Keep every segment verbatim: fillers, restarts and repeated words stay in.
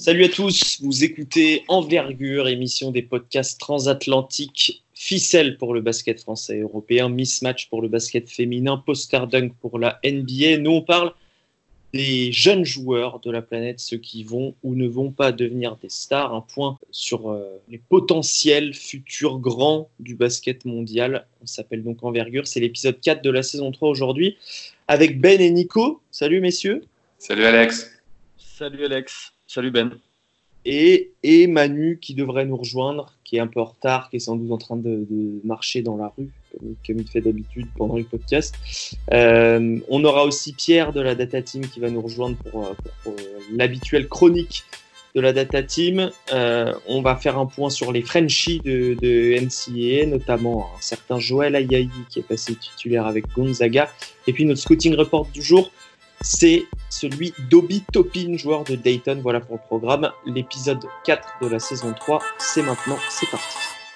Salut à tous, vous écoutez Envergure, émission des podcasts transatlantiques, ficelle pour le basket français et européen, mismatch pour le basket féminin, poster dunk pour la N B A. Nous on parle des jeunes joueurs de la planète, ceux qui vont ou ne vont pas devenir des stars, un point sur euh, les potentiels futurs grands du basket mondial. On s'appelle donc Envergure, c'est l'épisode quatre de la saison trois aujourd'hui, avec Ben et Nico. Salut messieurs. Salut Alex. Salut Alex. Salut Ben. Et, et Manu qui devrait nous rejoindre, qui est un peu en retard, qui est sans doute en train de, de marcher dans la rue, comme, comme il fait d'habitude pendant le podcast. Euh, on aura aussi Pierre de la Data Team qui va nous rejoindre pour, pour, pour l'habituelle chronique de la Data Team. Euh, on va faire un point sur les Frenchies de, de N C A A, notamment un certain Joël Ayayi qui est passé titulaire avec Gonzaga. Et puis notre scouting report du jour, c'est celui d'Obi Toppin, joueur de Dayton. Voilà pour le programme. L'épisode quatre de la saison trois, c'est maintenant, c'est parti.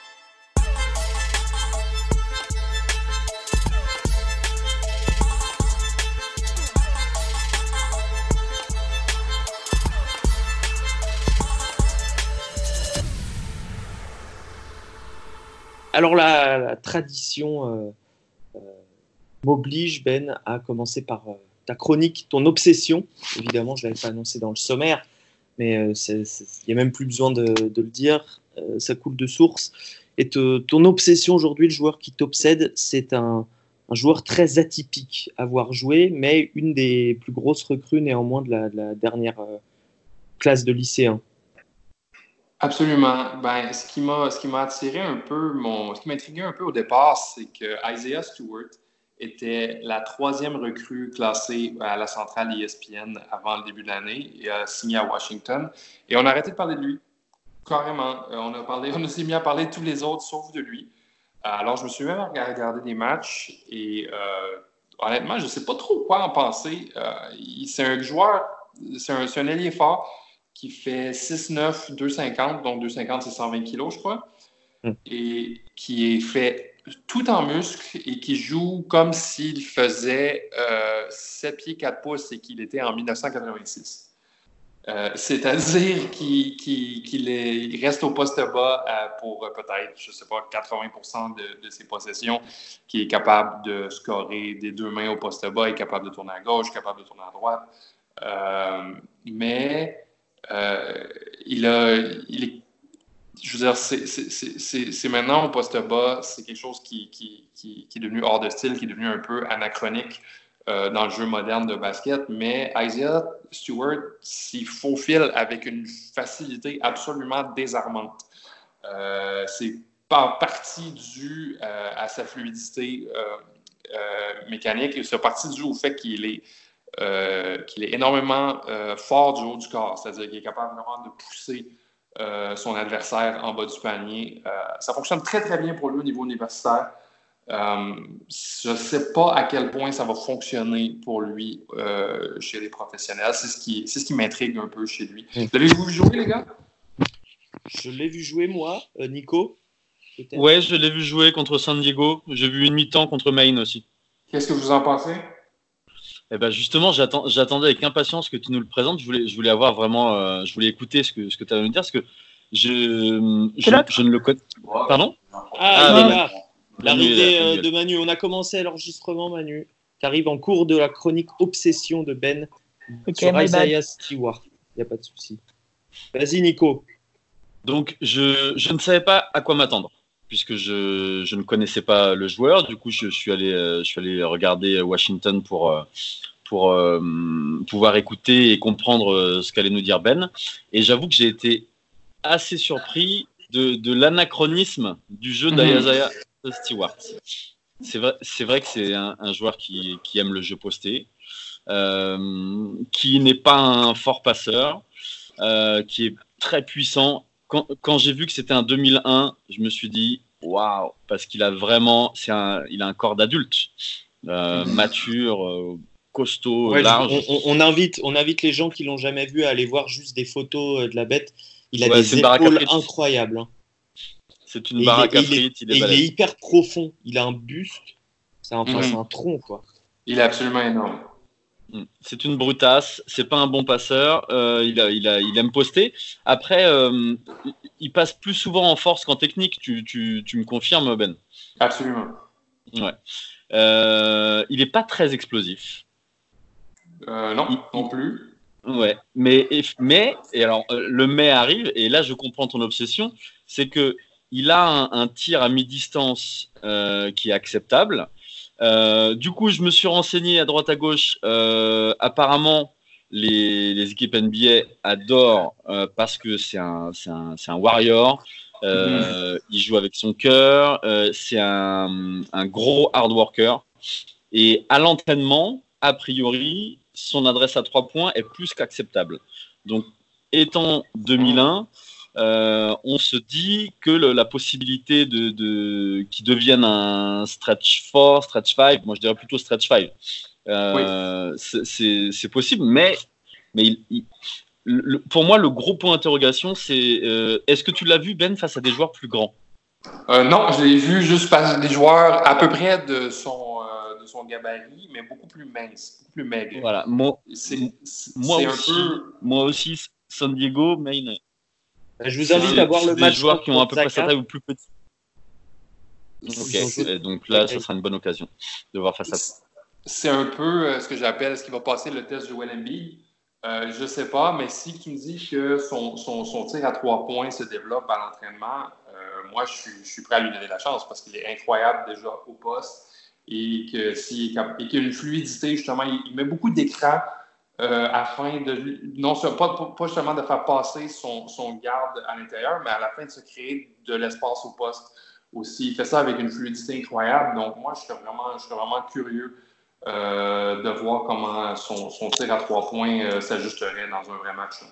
Alors la, la tradition euh, euh, m'oblige, Ben, à commencer par... Euh, ta chronique, ton obsession. Évidemment, je ne l'avais pas annoncé dans le sommaire, mais il euh, n'y a même plus besoin de, de le dire. Euh, ça coule de source. Et te, ton obsession aujourd'hui, le joueur qui t'obsède, c'est un, un joueur très atypique à voir jouer, mais une des plus grosses recrues néanmoins de la, de la dernière euh, classe de lycéens. Absolument. Ben, ce qui m'a, ce qui m'a attiré un peu, mon, ce qui m'a intrigué un peu au départ, c'est que Isaiah Stewart était la troisième recrue classée à la centrale E S P N avant le début de l'année. Il a signé à Washington. Et on a arrêté de parler de lui, carrément. Euh, on a parlé, on s'est mis à parler de tous les autres, sauf de lui. Alors, je me suis même regardé des matchs et euh, honnêtement, je ne sais pas trop quoi en penser. Euh, il, c'est un joueur, c'est un, c'est un ailier fort qui fait six neuf, deux cinquante, donc deux cinquante, c'est cent vingt kilos, je crois, mm. et qui est fait tout en muscles et qui joue comme s'il faisait euh, sept pieds quatre pouces et qu'il était en dix-neuf cent quatre-vingt-six. Euh, c'est-à-dire qu'il, qu'il, qu'il est, il reste au poste bas euh, pour euh, peut-être, je ne sais pas, quatre-vingts pour cent de, de ses possessions, qui est capable de scorer des deux mains au poste bas, est capable de tourner à gauche, capable de tourner à droite. Euh, mais euh, il, a, il est Je veux dire, c'est, c'est, c'est, c'est maintenant au poste bas, c'est quelque chose qui, qui, qui, qui est devenu hors de style, qui est devenu un peu anachronique euh, dans le jeu moderne de basket. Mais Isaiah Stewart s'y faufile avec une facilité absolument désarmante. Euh, c'est par partie dû euh, à sa fluidité euh, euh, mécanique et c'est partie dû au fait qu'il est, euh, qu'il est énormément euh, fort du haut du corps, c'est-à-dire qu'il est capable vraiment de pousser Euh, son adversaire en bas du panier. Euh, ça fonctionne très, très bien pour lui au niveau universitaire. Euh, je ne sais pas à quel point ça va fonctionner pour lui euh, chez les professionnels. C'est ce qui, c'est ce qui m'intrigue un peu chez lui. Mmh. L'avez-vous vu jouer, les gars? Je l'ai vu jouer, moi. Euh, Nico? Peut-être. Ouais, je l'ai vu jouer contre San Diego. J'ai vu une mi-temps contre Maine aussi. Qu'est-ce que vous en pensez? Eh ben justement, j'attends, j'attendais avec impatience que tu nous le présentes. Je voulais, je voulais avoir vraiment, euh, je voulais écouter ce que, ce que tu avais à me dire, parce que je, je, je ne le connais. Pardon? Ah, ah il est là. L'arrivée euh, de Manu. On a commencé l'enregistrement, Manu. Tu arrives en cours de la chronique Obsession de Ben okay, sur Isaiah Stewart. Il n'y a pas de souci. Vas-y, Nico. Donc, je, je ne savais pas à quoi m'attendre, puisque je, je ne connaissais pas le joueur. Du coup, je, je, suis, allé, je suis allé regarder Washington pour, pour euh, pouvoir écouter et comprendre ce qu'allait nous dire Ben. Et j'avoue que j'ai été assez surpris de, de l'anachronisme du jeu d'Isaiah Stewart. C'est vrai, c'est vrai que c'est un, un joueur qui, qui aime le jeu posté, euh, qui n'est pas un fort passeur, euh, qui est très puissant. Quand, quand j'ai vu que c'était un deux mille un, je me suis dit waouh, parce qu'il a vraiment, c'est un, il a un corps d'adulte, euh, mature, euh, costaud, ouais, large. On, on, invite, on invite les gens qui l'ont jamais vu à aller voir juste des photos de la bête. Il a ouais, des épaules incroyables. Hein. C'est une baraque à frites. Il est, il est, il est hyper profond. Il a un buste. C'est un, enfin, mm-hmm. c'est un tronc, quoi. Il est absolument énorme. C'est une brutasse, c'est pas un bon passeur, euh, il, a, il, a, il aime poster. Après, euh, il passe plus souvent en force qu'en technique, tu, tu, tu me confirmes, Ben? Absolument. Ouais. Euh, il n'est pas très explosif. Euh, non, il, non plus. Ouais, mais, mais et alors, le mais arrive, et là je comprends ton obsession, c'est qu'il a un, un tir à mi-distance euh, qui est acceptable. Euh, du coup, je me suis renseigné à droite à gauche. Euh, apparemment, les, les équipes N B A adorent euh, parce que c'est un, c'est un, c'est un warrior. Euh, mmh. Il joue avec son cœur. Euh, c'est un, un gros hard worker. Et à l'entraînement, a priori, son adresse à trois points est plus qu'acceptable. Donc, étant deux mille un, Euh, on se dit que le, la possibilité de, de qu'il devienne un stretch four, stretch five, moi je dirais plutôt stretch five, euh, oui. c'est, c'est, c'est possible, mais, mais il, il, le, pour moi le gros point d'interrogation c'est euh, est-ce que tu l'as vu Ben face à des joueurs plus grands? euh, Non, je l'ai vu juste face à des joueurs à peu près de son, euh, de son gabarit, mais beaucoup plus mince, beaucoup plus maigre. Voilà, moi, c'est, c'est, moi, c'est aussi, un peu... moi aussi San Diego, Maine. Je vous invite à voir le des match. Des joueurs qui ont à peu près sa taille ou plus petit. Ok, et donc là, ça sera une bonne occasion de voir face à ça. C'est un peu euh, ce que j'appelle ce qui va passer le test de Joel Embiid. Euh, je ne sais pas, mais si tu me dis que son, son, son tir à trois points se développe à l'entraînement, euh, moi, je suis, je suis prêt à lui donner la chance parce qu'il est incroyable déjà au poste et que s'il et qu'il a une fluidité, justement, il, il met beaucoup d'écran. Euh, afin de, non pas, pas justement de faire passer son, son garde à l'intérieur, mais à la fin de se créer de l'espace au poste aussi. Il fait ça avec une fluidité incroyable. Donc, moi, je serais vraiment, je serais vraiment curieux euh, de voir comment son, son tir à trois points euh, s'ajusterait dans un vrai match. Là.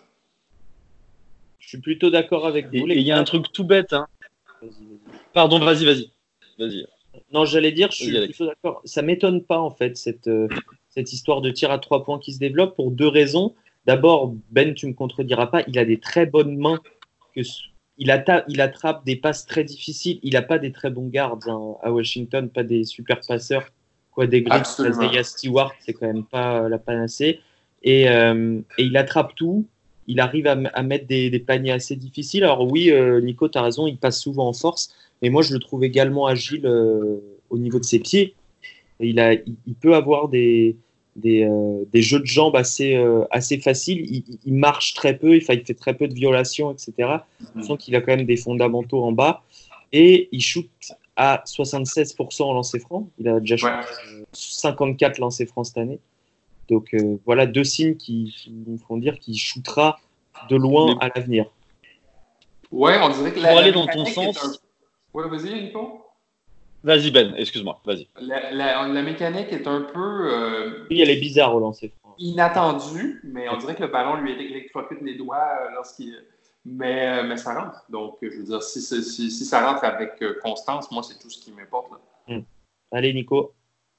Je suis plutôt d'accord avec vous. Et il y a un truc tout bête. Hein. Vas-y, vas-y. Pardon, vas-y, vas-y. vas-y. Non, j'allais dire, je suis vas-y, plutôt d'accord. Ça ne m'étonne pas, en fait, cette... Euh... cette histoire de tir à trois points qui se développe pour deux raisons. D'abord, Ben, tu ne me contrediras pas, il a des très bonnes mains. Que, il, atta, il attrape des passes très difficiles. Il n'a pas des très bons gardes hein, à Washington, pas des super passeurs. Quoi, des Griggs, Isaiah Stewart, c'est quand même pas la panacée. Et, euh, et il attrape tout. Il arrive à, à mettre des, des paniers assez difficiles. Alors oui, euh, Nico, tu as raison, il passe souvent en force. Mais moi, je le trouve également agile euh, au niveau de ses pieds. Il, a, il, il peut avoir des, des, euh, des jeux de jambes assez, euh, assez faciles. Il, il marche très peu, il fait, il fait très peu de violations, et cetera. On sent qu'il a quand même des fondamentaux en bas. Et il shoot à soixante-seize pour cent en lancer franc. Il a déjà shooté ouais. cinquante-quatre lancers francs cette année. Donc euh, voilà deux signes qui, qui nous font dire qu'il shootera de loin à l'avenir. Ouais, on dirait que la, pour aller dans ton sens. Un... Ouais, vas-y, Nico. Vas-y Ben, excuse-moi, vas-y. La, la, la mécanique est un peu... Euh, oui, elle est bizarre au lancer franc. Inattendue, mais on dirait que le ballon lui électrocute les doigts lorsqu'il... Mais, mais ça rentre. Donc, je veux dire, si, si, si ça rentre avec constance, moi, c'est tout ce qui m'importe. Là. Mmh. Allez, Nico.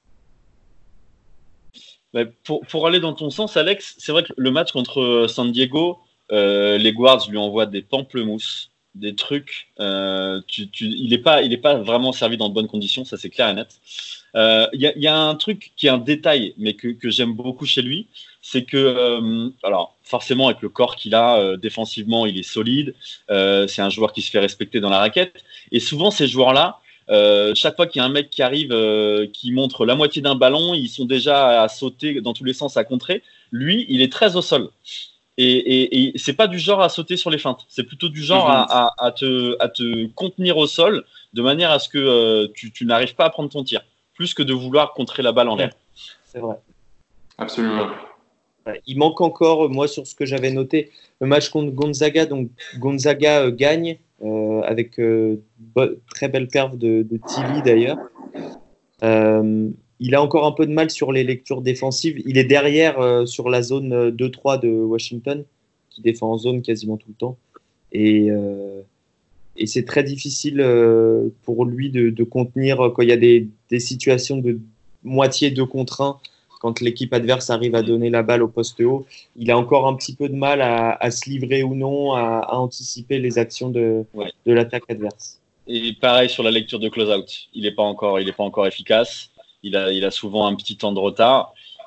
Ben, pour, pour aller dans ton sens, Alex, c'est vrai que le match contre San Diego, euh, les Guards lui envoient des pamplemousses. Des trucs, euh, tu, tu, il n'est pas, il est pas vraiment servi dans de bonnes conditions, ça c'est clair et net. Il euh, y, y a un truc qui est un détail, mais que, que j'aime beaucoup chez lui, c'est que, euh, alors forcément avec le corps qu'il a, euh, défensivement il est solide, euh, c'est un joueur qui se fait respecter dans la raquette, et souvent ces joueurs-là, euh, chaque fois qu'il y a un mec qui arrive, euh, qui montre la moitié d'un ballon, ils sont déjà à sauter dans tous les sens, à contrer. Lui, il est très au sol. Et, et, et c'est pas du genre à sauter sur les feintes, c'est plutôt du genre à, à, à, te, à te contenir au sol de manière à ce que euh, tu, tu n'arrives pas à prendre ton tir, plus que de vouloir contrer la balle en l'air. C'est vrai. Absolument. Il manque encore, moi, sur ce que j'avais noté, le match contre Gonzaga. Donc Gonzaga euh, gagne euh, avec euh, bo- très belle perf de, de Tilly d'ailleurs. Euh, Il a encore un peu de mal sur les lectures défensives. Il est derrière euh, sur la zone deux trois de Washington, qui défend en zone quasiment tout le temps. Et, euh, et c'est très difficile euh, pour lui de, de contenir quand il y a des, des situations de moitié deux contre un, quand l'équipe adverse arrive à donner la balle au poste haut. Il a encore un petit peu de mal à, à se livrer ou non, à, à anticiper les actions de, ouais. de l'attaque adverse. Et pareil sur la lecture de close-out. Il n'est pas encore, il est pas encore efficace. Il a, il a souvent un petit temps de retard.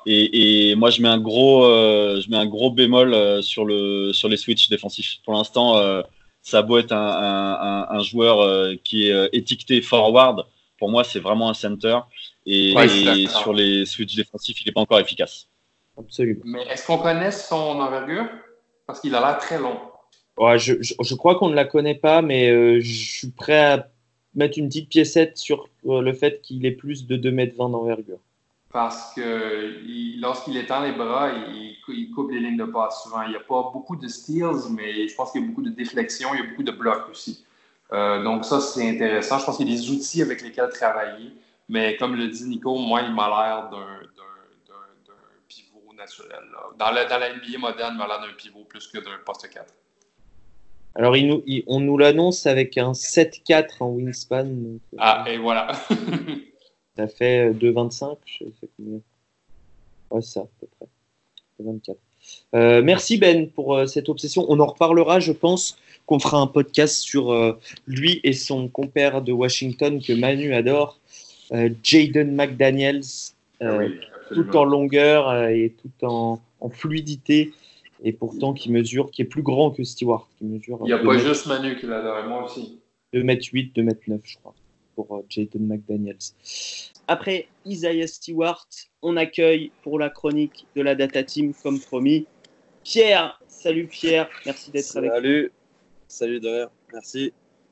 Et, et moi, je mets un gros, euh, je mets un gros bémol euh, sur, le, sur les switches défensifs. Pour l'instant, euh, ça a beau être un, un, un joueur euh, qui est euh, étiqueté forward. Pour moi, c'est vraiment un center. Et, Ouais, et sur les switches défensifs, il n'est pas encore efficace. Absolument. Mais est-ce qu'on connaît son envergure? Parce qu'il a l'air très long. Ouais, je, je, je crois qu'on ne la connaît pas, mais euh, je suis prêt à mettre une petite piécette sur euh, le fait qu'il ait plus de deux mètres vingt d'envergure. Parce que il, lorsqu'il étend les bras, il, il coupe les lignes de passe souvent. Il n'y a pas beaucoup de steals, mais je pense qu'il y a beaucoup de déflexions, il y a beaucoup de blocs aussi. Euh, donc ça, c'est intéressant. Je pense qu'il y a des outils avec lesquels travailler. Mais comme le dit Nico, moi, il m'a l'air d'un, d'un, d'un, d'un pivot naturel. Là. Dans, la, dans la N B A moderne, il m'a l'air d'un pivot plus que d'un poste quatre. Alors, il nous, il, on nous l'annonce avec un sept quatre en wingspan. Donc, ah, et voilà. Ça fait deux vingt-cinq, je sais combien. Ouais, ça, à peu près. vingt-quatre. Euh, merci Ben pour euh, cette obsession. On en reparlera, je pense qu'on fera un podcast sur euh, lui et son compère de Washington que Manu adore, euh, Jaden McDaniels, euh, oui, tout en longueur euh, et tout en, en fluidité, et pourtant qui mesure, qui est plus grand que Stewart. Qui mesure, il n'y a pas juste Manu qui l'adore, moi aussi. deux mètres huit, deux mètres neuf, je crois, pour euh, Jaden McDaniels. Après Isaiah Stewart, on accueille pour la chronique de la Data Team, comme promis, Pierre. Salut Pierre, merci d'être Salut. avec nous. Salut, salut de rien, merci.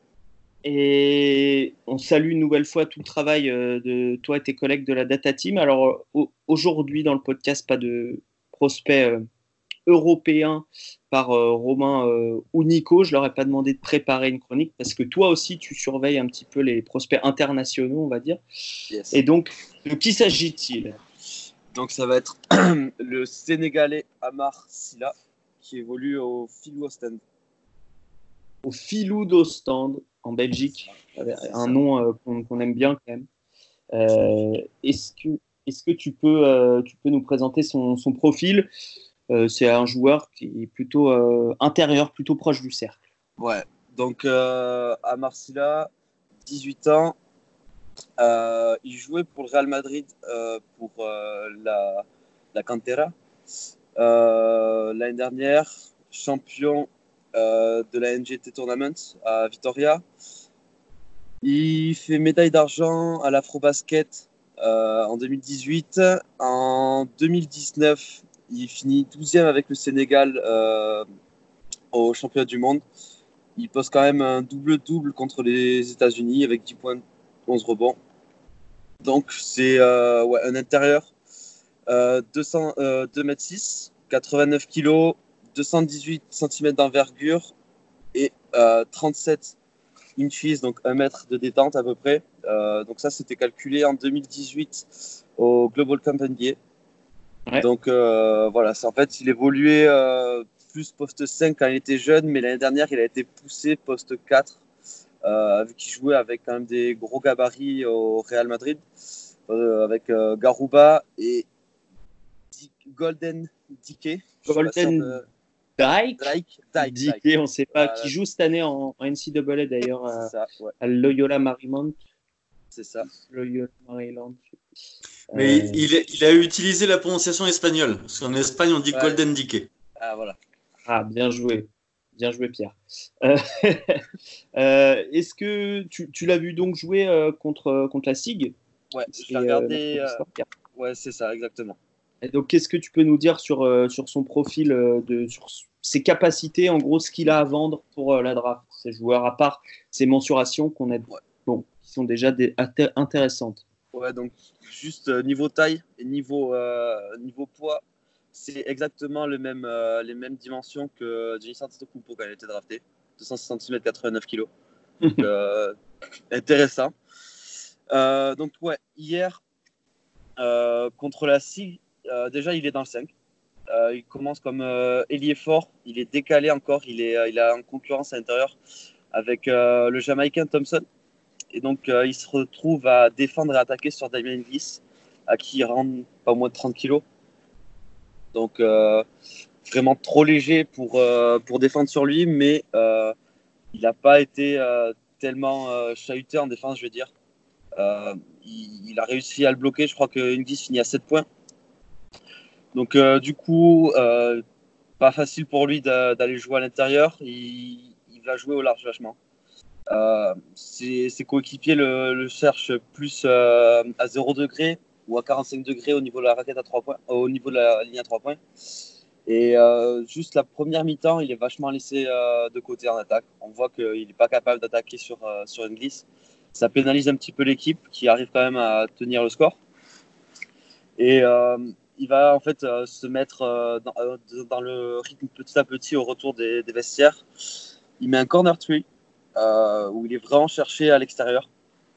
Et on salue une nouvelle fois tout le travail de toi et tes collègues de la Data Team. Alors aujourd'hui dans le podcast, pas de prospects euh, européens par euh, Romain euh, ou Nico. Je leur ai pas demandé de préparer une chronique parce que toi aussi tu surveilles un petit peu les prospects internationaux, on va dire. Yes. Et donc, de qui s'agit-il? Donc ça va être le Sénégalais Amar Silla qui évolue au Filou Ostend. Au Filou d'Ostende en Belgique, avec un nom euh, qu'on, qu'on aime bien quand même. Euh, est-ce que, est-ce que tu peux, euh, tu peux nous présenter son, son profil? Euh, c'est un joueur qui est plutôt euh, intérieur, plutôt proche du cercle. Ouais, donc euh, Amar Silla, dix-huit ans, euh, il jouait pour le Real Madrid euh, pour euh, la, la Cantera. Euh, l'année dernière, champion euh, de la N G T Tournament à Vitoria. Il fait médaille d'argent à l'Afrobasket euh, en deux mille dix-huit. En deux mille dix-neuf, il finit douzième avec le Sénégal euh, au championnat du monde. Il poste quand même un double-double contre les États-Unis avec dix points, onze rebonds. Donc, c'est euh, ouais, un intérieur. Euh, deux cents, euh, deux mètres six, quatre-vingt-neuf kilos, deux cent dix-huit centimètres d'envergure et euh, trente-sept inches, donc un mètre de détente à peu près. Euh, donc ça, c'était calculé en deux mille dix-huit au Global Camp N B A. Ouais. Donc euh, voilà, c'est, en fait, il évoluait euh, plus poste cinq quand il était jeune, mais l'année dernière, il a été poussé poste quatre, euh, vu qu'il jouait avec quand même des gros gabarits au Real Madrid, euh, avec euh, Garouba et D- Golden Dike. Golden de... Dyke, Dyke, Dyke, Dyke, Dyke. On ne sait pas, voilà. Qui joue cette année en, en N C A A d'ailleurs à, ça, ouais. à Loyola Marymount. C'est ça. Loyola Maryland. Mais euh... il, il a utilisé la prononciation espagnole, parce qu'en Espagne on dit ouais. Golden Dike. Ah voilà. Ah, bien joué. Bien joué Pierre. Euh, euh, est-ce que tu, tu l'as vu donc jouer euh, contre, contre la S I G? Ouais, je l'ai regardé. Euh, ouais, c'est ça, exactement. Et donc, qu'est-ce que tu peux nous dire sur, euh, sur son profil, euh, de, sur ses capacités, en gros, ce qu'il a à vendre pour euh, la draft, ces joueurs, à part ses mensurations qu'on a, ouais. bon, qui sont déjà des, inté- intéressantes. Ouais, donc juste euh, niveau taille et niveau, euh, niveau poids, c'est exactement le même, euh, les mêmes dimensions que Giannis Antetokounmpo quand il a été drafté, deux cent six centimètres, quatre-vingt-neuf kilos. Donc, euh, intéressant. Euh, donc, ouais, hier, euh, contre la S I G, Euh, déjà, il est dans le cinq. Euh, il commence comme euh, ailier fort. Il est décalé encore. Il, est, euh, il a en concurrence à l'intérieur avec euh, le Jamaïcain Thompson. Et donc, euh, il se retrouve à défendre et attaquer sur Damian Lillard, à qui il rend pas moins de trente kilos. Donc, euh, vraiment trop léger pour, euh, pour défendre sur lui, mais euh, il n'a pas été euh, tellement euh, chahuté en défense, je veux dire. Euh, il, il a réussi à le bloquer. Je crois que Ingis finit à sept points. Donc, euh, du coup, euh, pas facile pour lui de, d'aller jouer à l'intérieur. Il, il va jouer au large vachement. Euh, ses, ses coéquipiers le, le cherchent plus euh, à zéro degré ou à quarante-cinq degrés au niveau de la raquette à trois points, au niveau de la ligne à trois points. Et euh, juste la première mi-temps, il est vachement laissé euh, de côté en attaque. On voit qu'il n'est pas capable d'attaquer sur, euh, sur une glisse. Ça pénalise un petit peu l'équipe qui arrive quand même à tenir le score. Et euh, il va en fait euh, se mettre euh, dans, euh, dans le rythme petit à petit au retour des, des vestiaires. Il met un corner three euh, où il est vraiment cherché à l'extérieur.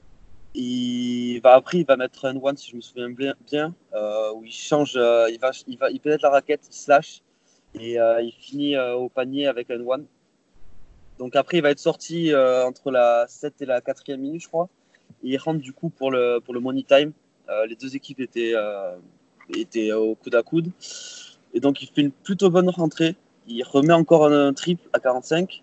Il va après, il va mettre un one si je me souviens bien, bien euh, où il change, euh, il va, il va, il pénètre la raquette, il slash et euh, il finit euh, au panier avec un one. Donc après, il va être sorti euh, entre la sept et la quatrième minute, je crois. Et il rentre du coup pour le pour le money time. Euh, les deux équipes étaient euh, étaient au coude à coude. Et donc il fait une plutôt bonne rentrée. Il remet encore un triple à quarante-cinq.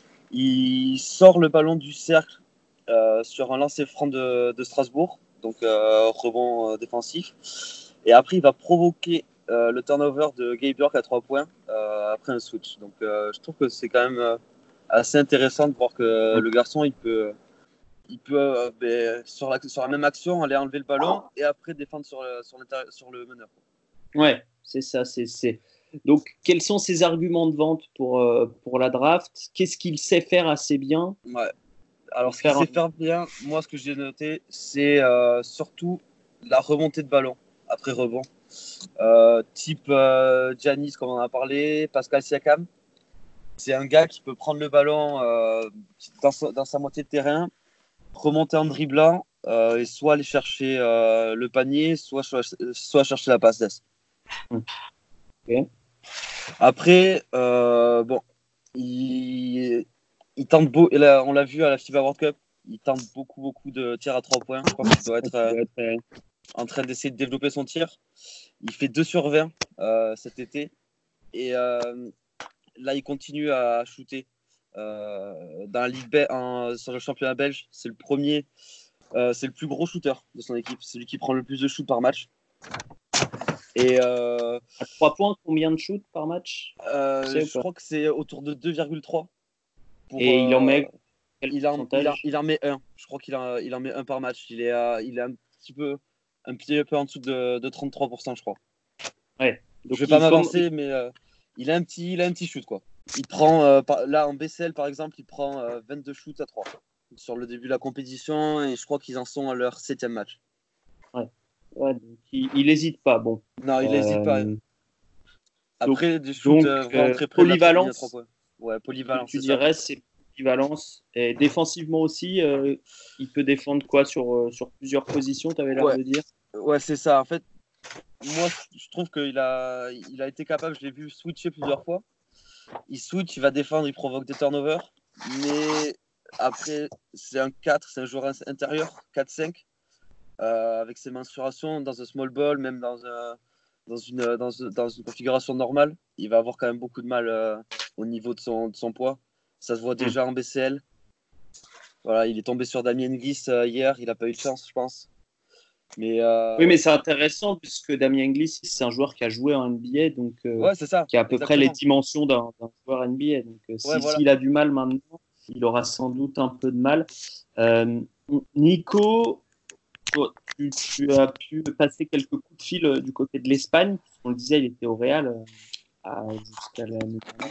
Il sort le ballon du cercle. Euh, sur un lancer franc de, de Strasbourg, donc euh, rebond euh, défensif. Et après, il va provoquer euh, le turnover de Gabe York à trois points euh, après un switch. Donc, euh, je trouve que c'est quand même euh, assez intéressant de voir que le garçon, il peut, il peut euh, ben, sur, la, sur la même action, aller enlever le ballon et après défendre sur le, sur sur le meneur. Ouais, c'est ça. C'est, c'est... Donc, quels sont ses arguments de vente pour, euh, pour la draft ? Qu'est-ce qu'il sait faire assez bien ? Ouais. Alors, ce qu'il sait faire bien, moi, ce que j'ai noté, c'est euh, surtout la remontée de ballon après rebond. Euh, type euh, Giannis, comme on en a parlé, Pascal Siakam. C'est un gars qui peut prendre le ballon euh, dans, sa, dans sa moitié de terrain, remonter en dribblant euh, et soit aller chercher euh, le panier, soit, soit chercher la passe d'ess. Okay. Après, euh, bon, il. Il tente beau, et là, on l'a vu à la FIBA World Cup, il tente beaucoup, beaucoup de tirs à trois points. Je pense qu'il doit être, euh, être en train d'essayer de développer son tir. Il fait deux sur vingt euh, cet été. Et euh, là, il continue à shooter. Euh, dans la Ligue B, en, sur le championnat belge, c'est le premier, euh, c'est le plus gros shooter de son équipe. C'est lui qui prend le plus de shoots par match. Et euh, à trois points, combien de shoots par match euh, Je crois que c'est autour de deux virgule trois. Pour, et il en met quel il, en, il, en, il en met un. Je crois qu'il en, il en met un par match. Il est, à, il est un petit peu, un petit peu en dessous de, de trente-trois pour cent, je crois. Ouais. Donc je vais pas m'avancer, mais euh, il a un petit, il a un petit shoot quoi. Il prend euh, par, là en B C L par exemple, il prend euh, vingt-deux shoots à trois sur le début de la compétition et je crois qu'ils en sont à leur septième match. Ouais. Ouais. Donc il, il hésite pas. Bon. Non, il hésite euh... pas. Après donc, des shoots donc, euh, vraiment très près polyvalence. De la trois points. Ouais, polyvalence. Tu dirais ça. C'est polyvalence et défensivement aussi. Euh, il peut défendre quoi sur euh, sur plusieurs positions. Tu avais l'air ouais. de dire. Ouais, c'est ça. En fait, moi, je trouve qu'il a, il a été capable. Je l'ai vu switcher plusieurs fois. Il switch, il va défendre, il provoque des turnovers. Mais après, c'est un quatre, c'est un joueur intérieur, quatre cinq, euh, avec ses mensurations dans un small ball, même dans, un, dans, une, dans, dans une configuration normale. Il va avoir quand même beaucoup de mal euh, au niveau de son, de son poids. Ça se voit déjà en B C L. Voilà, il est tombé sur Damien Inglis euh, hier, il n'a pas eu de chance, je pense. Mais euh... Oui, mais c'est intéressant puisque Damien Inglis, c'est un joueur qui a joué en N B A, donc euh, ouais, c'est ça, qui a à peu exactement. près les dimensions d'un, d'un joueur N B A. Donc, euh, si, ouais, voilà. s'il a du mal maintenant, il aura sans doute un peu de mal. Euh, Nico, tu, tu as pu passer quelques coups de fil du côté de l'Espagne. On le disait, il était au Real euh, jusqu'à l'année dernière.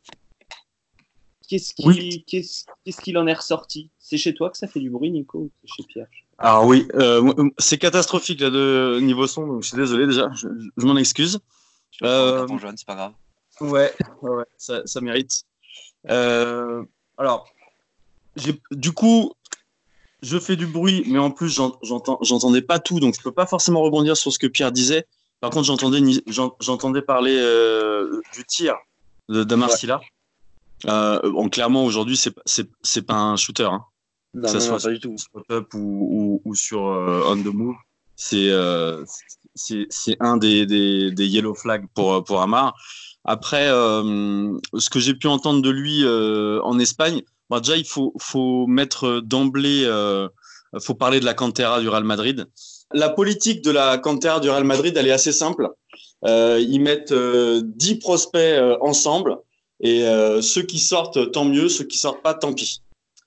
Qu'est-ce, qui, oui. qu'est-ce, qu'est-ce qu'il en est ressorti ? C'est chez toi que ça fait du bruit, Nico, ou c'est chez Pierre ? Alors oui, euh, c'est catastrophique là de niveau son, donc je suis désolé déjà, je, je m'en excuse. Je vais euh, prendre ton jaune, c'est pas grave. Ouais, ouais, ça, ça mérite. Euh, alors, j'ai, du coup, je fais du bruit, mais en plus j'entends, j'entendais pas tout, donc je peux pas forcément rebondir sur ce que Pierre disait. Par contre, j'entendais, j'entendais parler euh, du tir de d'Amarcila. Ouais. Euh, bon, clairement, aujourd'hui, c'est, c'est, c'est pas un shooter. Hein. Non, que ça non, soit non, pas du tout. Sur up ou, ou, ou sur euh, on the move, c'est, euh, c'est, c'est un des, des, des yellow flags pour, pour Amar. Après, euh, ce que j'ai pu entendre de lui euh, en Espagne, bon, déjà, il faut, faut mettre d'emblée, euh, faut parler de la cantera du Real Madrid. La politique de la cantera du Real Madrid, elle est assez simple. euh, ils mettent euh, dix prospects euh, ensemble et euh, ceux qui sortent, tant mieux, ceux qui sortent pas, tant pis.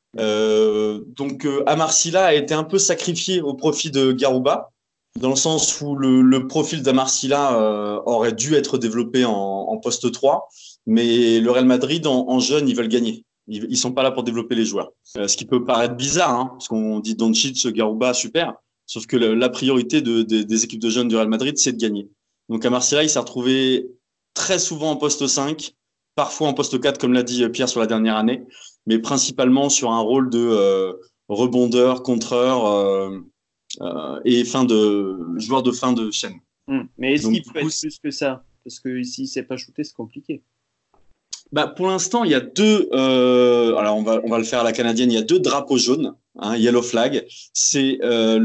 Euh, donc euh, Amarcila a été un peu sacrifié au profit de Garouba, dans le sens où le, le profil d'Amarcila euh, aurait dû être développé en, en poste trois, mais le Real Madrid en, en jeune, ils veulent gagner. Ils, ils sont pas là pour développer les joueurs. Euh, ce qui peut paraître bizarre, hein, parce qu'on dit Doncic, Garouba, super, sauf que le, la priorité de, de, des équipes de jeunes du Real Madrid, c'est de gagner. Donc Amarcila, il s'est retrouvé très souvent en poste cinq, parfois en poste quatre, comme l'a dit Pierre sur la dernière année, mais principalement sur un rôle de euh, rebondeur, contreur euh, euh, et fin de joueur de fin de chaîne. Mmh. Mais est-ce Donc, qu'il peut coup, être plus que ça? Parce que s'il ne s'est pas shooté, c'est compliqué. Bah, pour l'instant, il y a deux. Euh, alors, on va on va le faire à la canadienne. Il y a deux drapeaux jaunes, hein, yellow flag. C'est euh,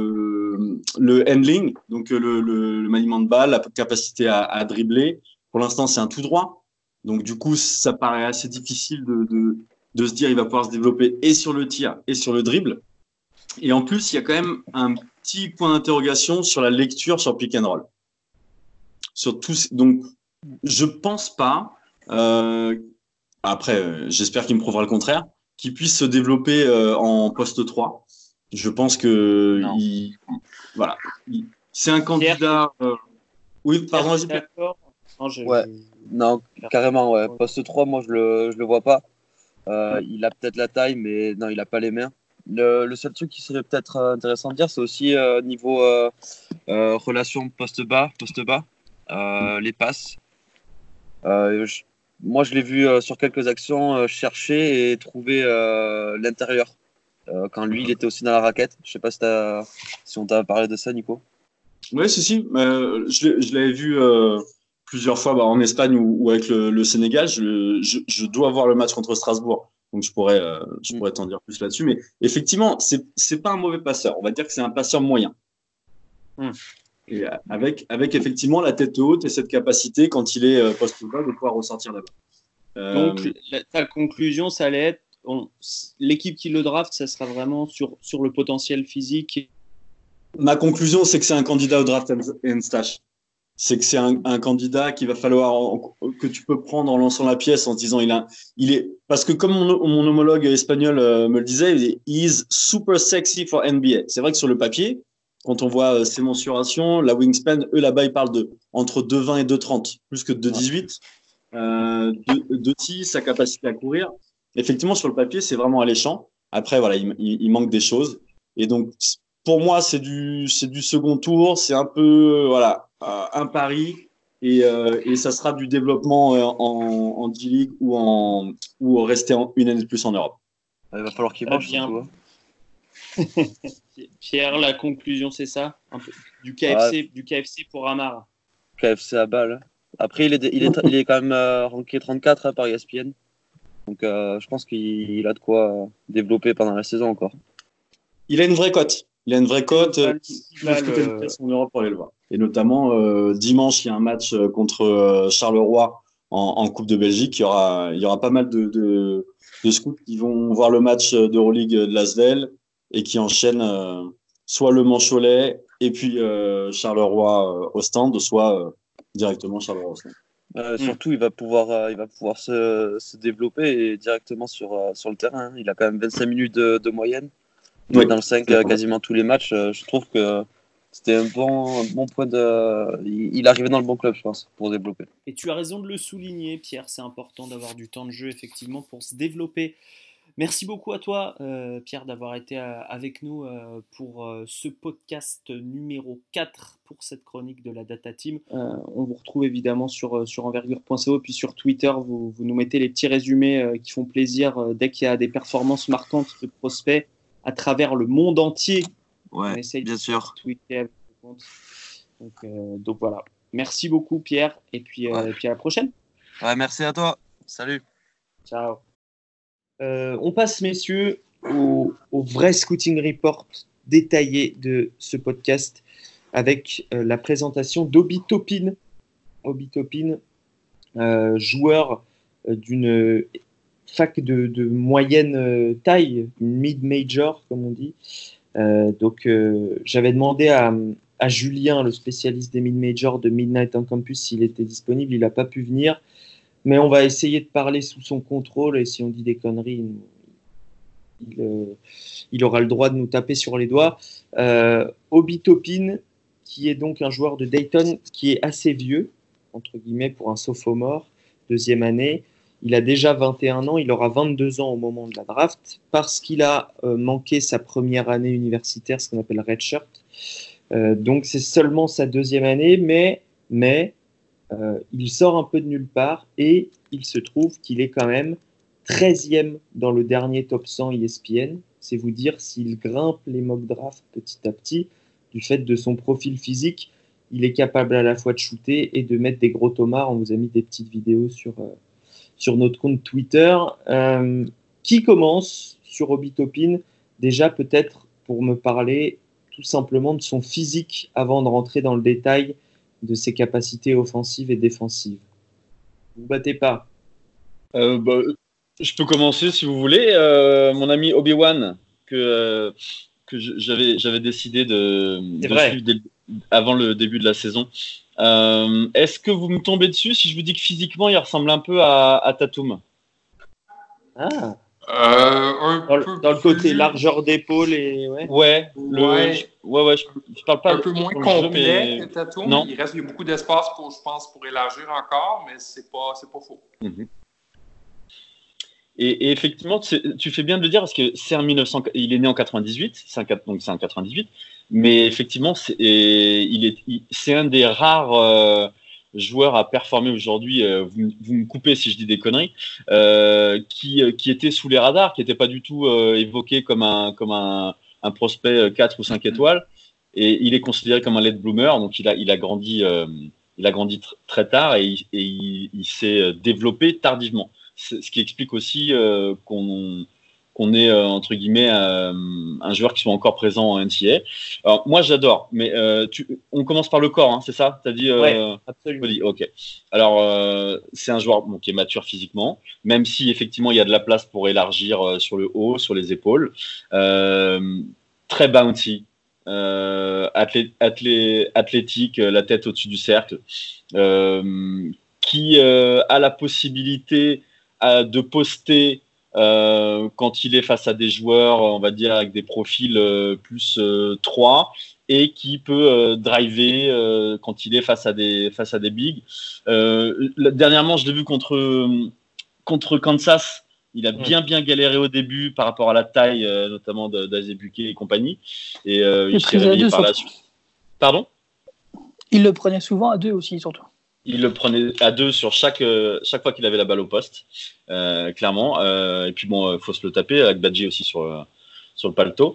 le le handling, donc le, le, le maniement de balle, la capacité à, à dribbler. Pour l'instant, c'est un tout droit. Donc, du coup, ça paraît assez difficile de, de de se dire il va pouvoir se développer et sur le tir et sur le dribble. Et en plus, il y a quand même un petit point d'interrogation sur la lecture sur pick and roll. Sur tout, donc, je pense pas. Euh, après, euh, j'espère qu'il me prouvera le contraire, qu'il puisse se développer euh, en poste trois. Je pense que Non. il, voilà, il, c'est un candidat. Euh, oui, pardon, vas-y, Pierre. D'accord. Non, je, Ouais. je- Non, carrément, ouais. Poste trois, moi, je le, je le vois pas. Euh, il a peut-être la taille, mais non, il a pas les mains. Le, le seul truc qui serait peut-être euh, intéressant de dire, c'est aussi euh, niveau euh, euh, relation poste bas, poste bas, euh, les passes. Euh, je- moi, je l'ai vu euh, sur quelques actions euh, chercher et trouver euh, l'intérieur. Euh, quand lui, il était aussi dans la raquette. Je sais pas si, t'as- si on t'a parlé de ça, Nico. Oui, si, si. Euh, je, l'ai- je l'avais vu euh, plusieurs fois bah, en Espagne ou, ou avec le, le Sénégal. Je, je, je dois voir le match contre Strasbourg, donc je pourrais, euh, je Mm. pourrais t'en dire plus là-dessus. Mais effectivement, c'est, c'est pas un mauvais passeur. On va dire que c'est un passeur moyen. Mm. Et euh, avec, avec effectivement la tête haute et cette capacité, quand il est euh, poste bas, de pouvoir ressortir là-bas. Euh, Donc, la- ta conclusion, ça allait être on- l'équipe qui le draft, ça sera vraiment sur, sur le potentiel physique. ma conclusion, c'est que c'est un candidat au draft and stash. C'est que c'est un, un candidat qu'il va falloir en- que tu peux prendre en lançant la pièce en disant il a, il est parce que comme mon, mon homologue espagnol euh, me le disait, il est is super sexy for N B A. C'est vrai que sur le papier, quand on voit euh, ses mensurations, la wingspan, eux là-bas ils parlent de entre deux vingt et deux trente, plus que deux dix-huit, euh, deux six, sa capacité à courir. Effectivement, sur le papier, c'est vraiment alléchant. Après, voilà, il, il, il manque des choses. Et donc, pour moi, c'est du, c'est du second tour. C'est un peu, euh, voilà, euh, un pari. Et, euh, et ça sera du développement euh, en, en G-League ou, en, ou rester en, une année de plus en Europe. Il va falloir qu'il Très mange, bien. surtout, hein. Pierre, la conclusion, c'est ça un peu, du, K F C, du K F C pour Amar. K F C à balle. Après, il est, il est, il est quand même euh, ranké trente-quatre hein, par E S P N. Donc, euh, je pense qu'il il a de quoi euh, développer pendant la saison encore. Il a une vraie cote. Il a une vraie cote. Balles, Il a balles, une place en Europe pour aller le voir. Et notamment, euh, dimanche, il y a un match euh, contre euh, Charleroi en, en Coupe de Belgique. Il y aura, il y aura pas mal de, de, de scouts qui vont voir le match d'Euroleague de l'Asvel et qui enchaînent euh, soit le Mancholet et puis euh, Charleroi euh, au stand, soit euh, directement Charleroi au stand. Euh, surtout, il va pouvoir, euh, il va pouvoir se, se développer et directement sur, euh, sur le terrain. hein. Il a quand même vingt-cinq minutes de, de moyenne. Il Oui. est dans le cinq euh, quasiment tous les matchs. Euh, je trouve que c'était un bon, un bon point de. Il, il arrivait dans le bon club, je pense, pour se développer. Et tu as raison de le souligner, Pierre. C'est important d'avoir du temps de jeu, effectivement, pour se développer. Merci beaucoup à toi, euh, Pierre, d'avoir été euh, avec nous euh, pour euh, ce podcast numéro quatre pour cette chronique de la Data Team. Euh, on vous retrouve évidemment sur, sur envergure point co, puis sur Twitter, vous, vous nous mettez les petits résumés euh, qui font plaisir euh, dès qu'il y a des performances marquantes de prospects à travers le monde entier. Ouais, on essaye bien de sûr. tweeter avec le compte. Donc, euh, donc voilà. Merci beaucoup, Pierre, et puis, euh, Ouais. et puis à la prochaine. Ouais, merci à toi. Salut. Ciao. Euh, on passe, messieurs, au, au vrai scouting report détaillé de ce podcast avec euh, la présentation d'Obi Toppin. Obi Toppin, euh, joueur euh, d'une fac de, de moyenne euh, taille, une mid-major, comme on dit. Euh, donc, euh, j'avais demandé à, à Julien, le spécialiste des mid-majors de Midnight on Campus, s'il était disponible. Il n'a pas pu venir. Mais on va essayer de parler sous son contrôle. Et si on dit des conneries, il, euh, il aura le droit de nous taper sur les doigts. Euh, Obi Toppin, qui est donc un joueur de Dayton qui est assez vieux, entre guillemets, pour un sophomore, deuxième année. Il a déjà vingt et un ans, il aura vingt-deux ans au moment de la draft, parce qu'il a euh, manqué sa première année universitaire, ce qu'on appelle redshirt. Euh, donc c'est seulement sa deuxième année, mais, mais euh, il sort un peu de nulle part et il se trouve qu'il est quand même treizième dans le dernier top cent E S P N. C'est vous dire s'il grimpe les mock drafts petit à petit, du fait de son profil physique, il est capable à la fois de shooter et de mettre des gros tomards. On vous a mis des petites vidéos sur... Euh, sur notre compte Twitter. Euh, qui commence sur Obi Toppin? Déjà, peut-être pour me parler tout simplement de son physique avant de rentrer dans le détail de ses capacités offensives et défensives. Vous ne battez pas? euh, bah, Je peux commencer si vous voulez. Euh, mon ami Obi-Wan, que, euh, que j'avais, j'avais décidé de, de suivre dès, avant le début de la saison. Euh, est-ce que vous me tombez dessus si je vous dis que physiquement il ressemble un peu à, à Tatum? Ah, euh, un dans, peu dans le plus... côté largeur d'épaule et ouais. Ouais, le, ouais. Je, ouais, ouais, je, je parle pas un peu moins jeu, complet mais... que Tatum. Non. Il reste il y a beaucoup d'espace pour, je pense, pour élargir encore, mais c'est pas, c'est pas faux. Mm-hmm. Et, et effectivement, tu fais bien de le dire parce que c'est un mille neuf cents, il est né en quatre-vingt-dix-huit, c'est un, donc c'est un quatre-vingt-dix-huit, mais effectivement, c'est, il est, il, c'est un des rares euh, joueurs à performer aujourd'hui. Euh, vous, vous me coupez si je dis des conneries, euh, qui, qui était sous les radars, qui n'était pas du tout euh, évoqué comme un, comme un, un prospect quatre ou cinq étoiles, et il est considéré comme un late bloomer, donc il a, il a grandi, euh, il a grandi tr- très tard et, il, et il, il s'est développé tardivement. Ce qui explique aussi euh, qu'on, qu'on ait, euh, entre guillemets, euh, un joueur qui soit encore présent en N C A A. Alors, moi, j'adore, mais euh, tu, on commence par le corps, hein, c'est ça? Tu as dit euh, Ouais, absolument. Dit, ok. Alors, euh, c'est un joueur bon, qui est mature physiquement, même si, effectivement, il y a de la place pour élargir euh, sur le haut, sur les épaules. Euh, très bouncy. Euh, athlé- athlé- athlétique, la tête au-dessus du cercle. Euh, qui euh, a la possibilité de poster euh, quand il est face à des joueurs, on va dire, avec des profils euh, plus euh, trois, et qui peut euh, driver euh, quand il est face à des, face à des bigs. Euh, dernièrement, je l'ai vu contre, contre Kansas. Il a bien, bien galéré au début par rapport à la taille, euh, notamment d'Azebuke et compagnie. Et euh, il s'est réveillé par la suite. Pardon? Il le prenait souvent à deux aussi, surtout. Il le prenait à deux sur chaque, euh, chaque fois qu'il avait la balle au poste, euh, clairement. Euh, et puis bon, il euh, faut se le taper, avec Badji aussi sur, euh, sur le paletot.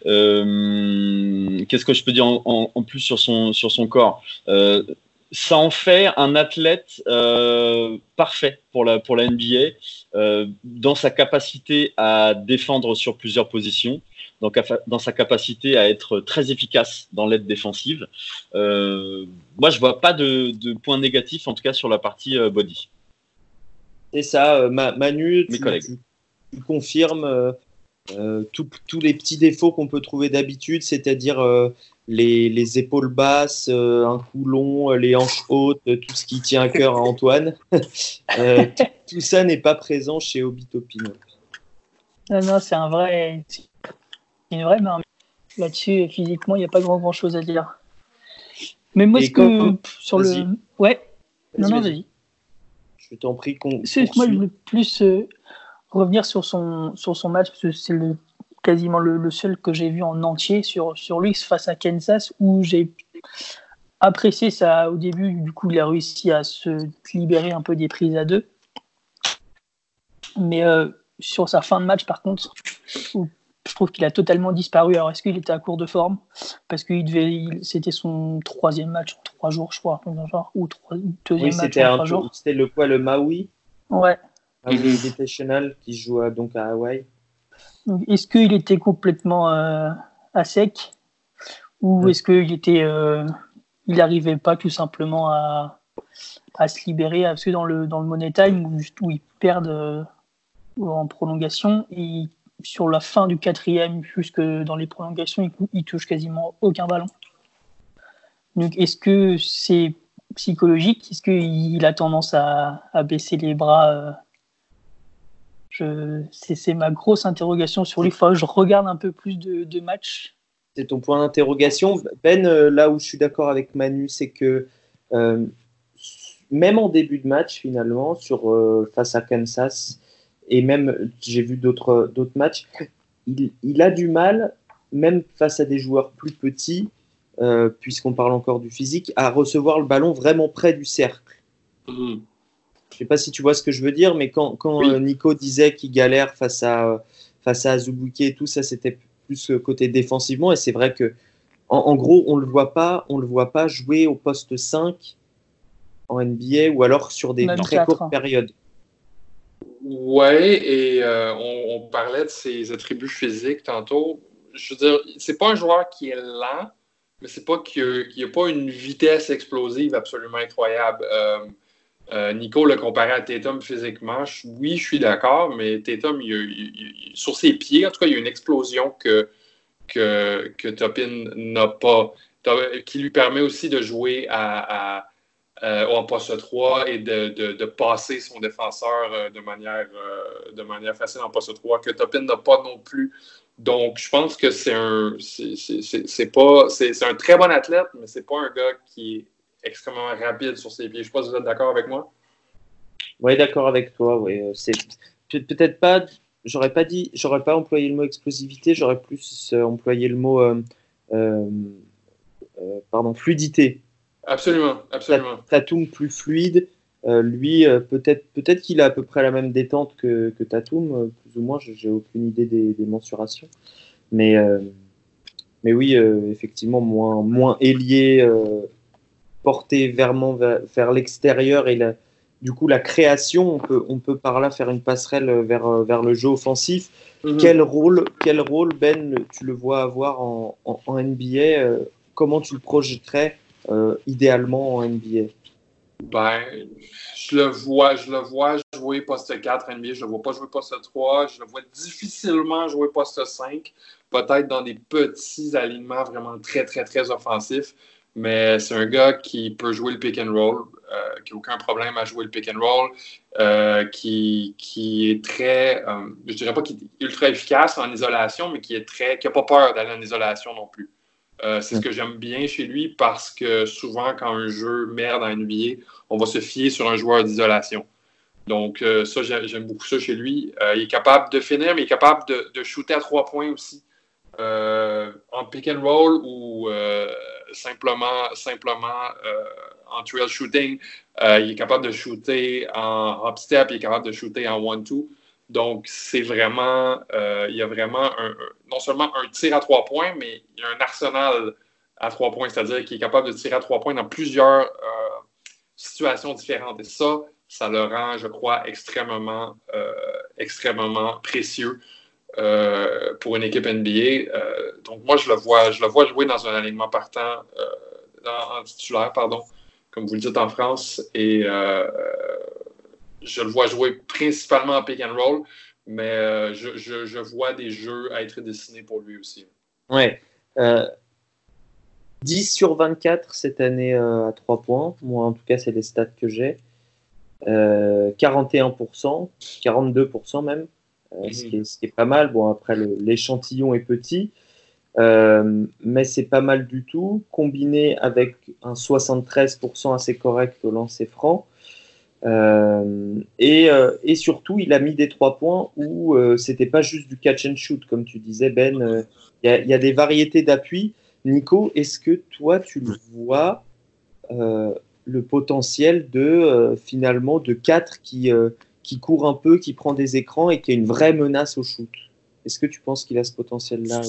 Euh, qu'est-ce que je peux dire en, en, en plus sur son, sur son corps? euh, Ça en fait un athlète euh, parfait pour la, pour la N B A, euh, dans sa capacité à défendre sur plusieurs positions, donc dans sa capacité à être très efficace dans l'aide défensive. Euh, moi, je vois pas de, de points négatifs, en tout cas sur la partie euh, body. C'est ça, euh, Ma, Manu, Mes tu, collègues. Tu, tu confirmes euh, euh, tous les petits défauts qu'on peut trouver d'habitude, c'est-à-dire euh, les, les épaules basses, euh, un cou long, les hanches hautes, tout ce qui tient à cœur à Antoine. euh, tout, tout ça n'est pas présent chez Obi Toppin. Non, non, c'est un vrai... C'est une vraie main. Là-dessus, physiquement, il n'y a pas grand, grand chose à dire. Mais moi, ce que sur vas-y. le. Ouais. Vas-y, non, non, vas-y. vas-y. Je t'en prie qu'on. C'est, moi, je voulais plus euh, revenir sur son, sur son match, parce que c'est le, quasiment le, le seul que j'ai vu en entier sur, sur lui face à Kansas, où j'ai apprécié ça au début. Du coup, il a réussi à se libérer un peu des prises à deux. Mais euh, sur sa fin de match, par contre, où je trouve qu'il a totalement disparu. Alors, est-ce qu'il était à court de forme? Parce que il devait, il, c'était son troisième match en trois jours, je crois, genre, ou trois, deuxième oui, match c'était en un, trois jours. C'était le quoi, le Maui? Ouais. Maui Invitational qui se joue à, donc à Hawaï. Donc, est-ce qu'il était complètement euh, à sec, ou ouais. est-ce qu'il était, euh, il n'arrivait pas tout simplement à, à se libérer? Parce que dans le dans le Money Time où, où ils perdent euh, en prolongation, ils sur la fin du quatrième, jusque dans les prolongations, il, il touche quasiment aucun ballon. Donc, est-ce que c'est psychologique? Est-ce qu'il a tendance à, à baisser les bras euh, je, c'est, c'est ma grosse interrogation sur lui. Il faut que je regarde un peu plus de, de matchs. C'est ton point d'interrogation. Ben, euh, là où je suis d'accord avec Manu, c'est que euh, même en début de match, finalement, sur, euh, face à Kansas, et même, j'ai vu d'autres, d'autres matchs, il, il a du mal, même face à des joueurs plus petits, euh, puisqu'on parle encore du physique, à recevoir le ballon vraiment près du cercle. Mmh. Je ne sais pas si tu vois ce que je veux dire, mais quand, quand oui. euh, Nico disait qu'il galère face à, face à Azubuike et tout, ça, c'était plus côté défensivement. Et c'est vrai que, en, en gros, on ne le voit pas, on le voit pas jouer au poste cinq en N B A ou alors sur des très quatre. Courtes périodes. Ouais, et euh, on, on parlait de ses attributs physiques tantôt. Je veux dire, c'est pas un joueur qui est lent, mais c'est pas qu'il n'y a, a pas une vitesse explosive absolument incroyable. Euh, euh, Nico l'a comparé à Tatum physiquement. Je, oui, je suis d'accord, mais Tatum, il, il, il, sur ses pieds, en tout cas, il y a une explosion que, que, que Toppin n'a pas, qui lui permet aussi de jouer à, à Euh, en poste trois et de, de, de passer son défenseur euh, de, manière, euh, de manière facile en poste trois, que Toppin n'a pas non plus. Donc, je pense que c'est un, c'est, c'est, c'est, c'est pas, c'est, c'est un très bon athlète, mais c'est pas un gars qui est extrêmement rapide sur ses pieds. Je ne sais pas si vous êtes d'accord avec moi. Oui, d'accord avec toi. Oui. C'est, peut-être pas, j'aurais pas dit, j'aurais pas employé le mot explosivité, j'aurais plus euh, employé le mot euh, euh, euh, pardon, fluidité. Absolument, absolument. Tatum plus fluide, euh, lui euh, peut-être peut-être qu'il a à peu près la même détente que, que Tatum, euh, plus ou moins. J'ai aucune idée des, des mensurations, mais euh, mais oui, euh, effectivement moins moins ailier, euh, porté vraiment vers, vers l'extérieur et la, du coup la création. On peut on peut par là faire une passerelle vers vers le jeu offensif. Mm-hmm. Quel rôle quel rôle Ben tu le vois avoir en, en, en N B A? euh, Comment tu le projetterais? Euh, idéalement en N B A? Ben, je le vois, je le vois jouer poste quatre N B A, je le vois pas jouer poste trois, je le vois difficilement jouer poste cinq, peut-être dans des petits alignements vraiment très, très, très offensifs, mais c'est un gars qui peut jouer le pick and roll, euh, qui n'a aucun problème à jouer le pick and roll, euh, qui, qui est très, euh, je dirais pas qu'il est ultra efficace en isolation, mais qui est très, qui n'a pas peur d'aller en isolation non plus. Euh, c'est ce que j'aime bien chez lui parce que souvent, quand un jeu merde en N B A, on va se fier sur un joueur d'isolation. Donc, euh, ça, j'aime, j'aime beaucoup ça chez lui. Euh, il est capable de finir, mais il est capable de, de shooter à trois points aussi. Euh, en pick and roll ou euh, simplement, simplement euh, en trail shooting. Euh, il est capable de shooter en hop step, il est capable de shooter en one two. Donc, c'est vraiment, euh, il y a vraiment un, un, non seulement un tir à trois points, mais il y a un arsenal à trois points, c'est-à-dire qu'il est capable de tirer à trois points dans plusieurs euh, situations différentes. Et ça, ça le rend, je crois, extrêmement, euh, extrêmement précieux euh, pour une équipe N B A. Euh, donc, moi, je le vois, je le vois jouer dans un alignement partant, euh, dans, en titulaire, pardon, comme vous le dites en France, et euh, je le vois jouer principalement en pick and roll, mais euh, je, je, je vois des jeux à être dessinés pour lui aussi. Ouais. Euh, dix sur vingt-quatre cette année euh, à trois points. Moi, en tout cas, c'est les stats que j'ai. Euh, quarante et un pour cent, quarante-deux pour cent même, euh, mm-hmm. ce, qui est, ce qui est pas mal. Bon, après, le, l'échantillon est petit, euh, mais c'est pas mal du tout. Combiné avec un soixante-treize pour cent assez correct au lancer franc. Euh, et, euh, et surtout, il a mis des trois points où euh, c'était pas juste du catch and shoot, comme tu disais, Ben. Il euh, y, y a des variétés d'appui. Nico, est-ce que toi, tu le vois euh, le potentiel de euh, finalement de quatre qui, euh, qui court un peu, qui prend des écrans et qui a une vraie menace au shoot? Est-ce que tu penses qu'il a ce potentiel-là?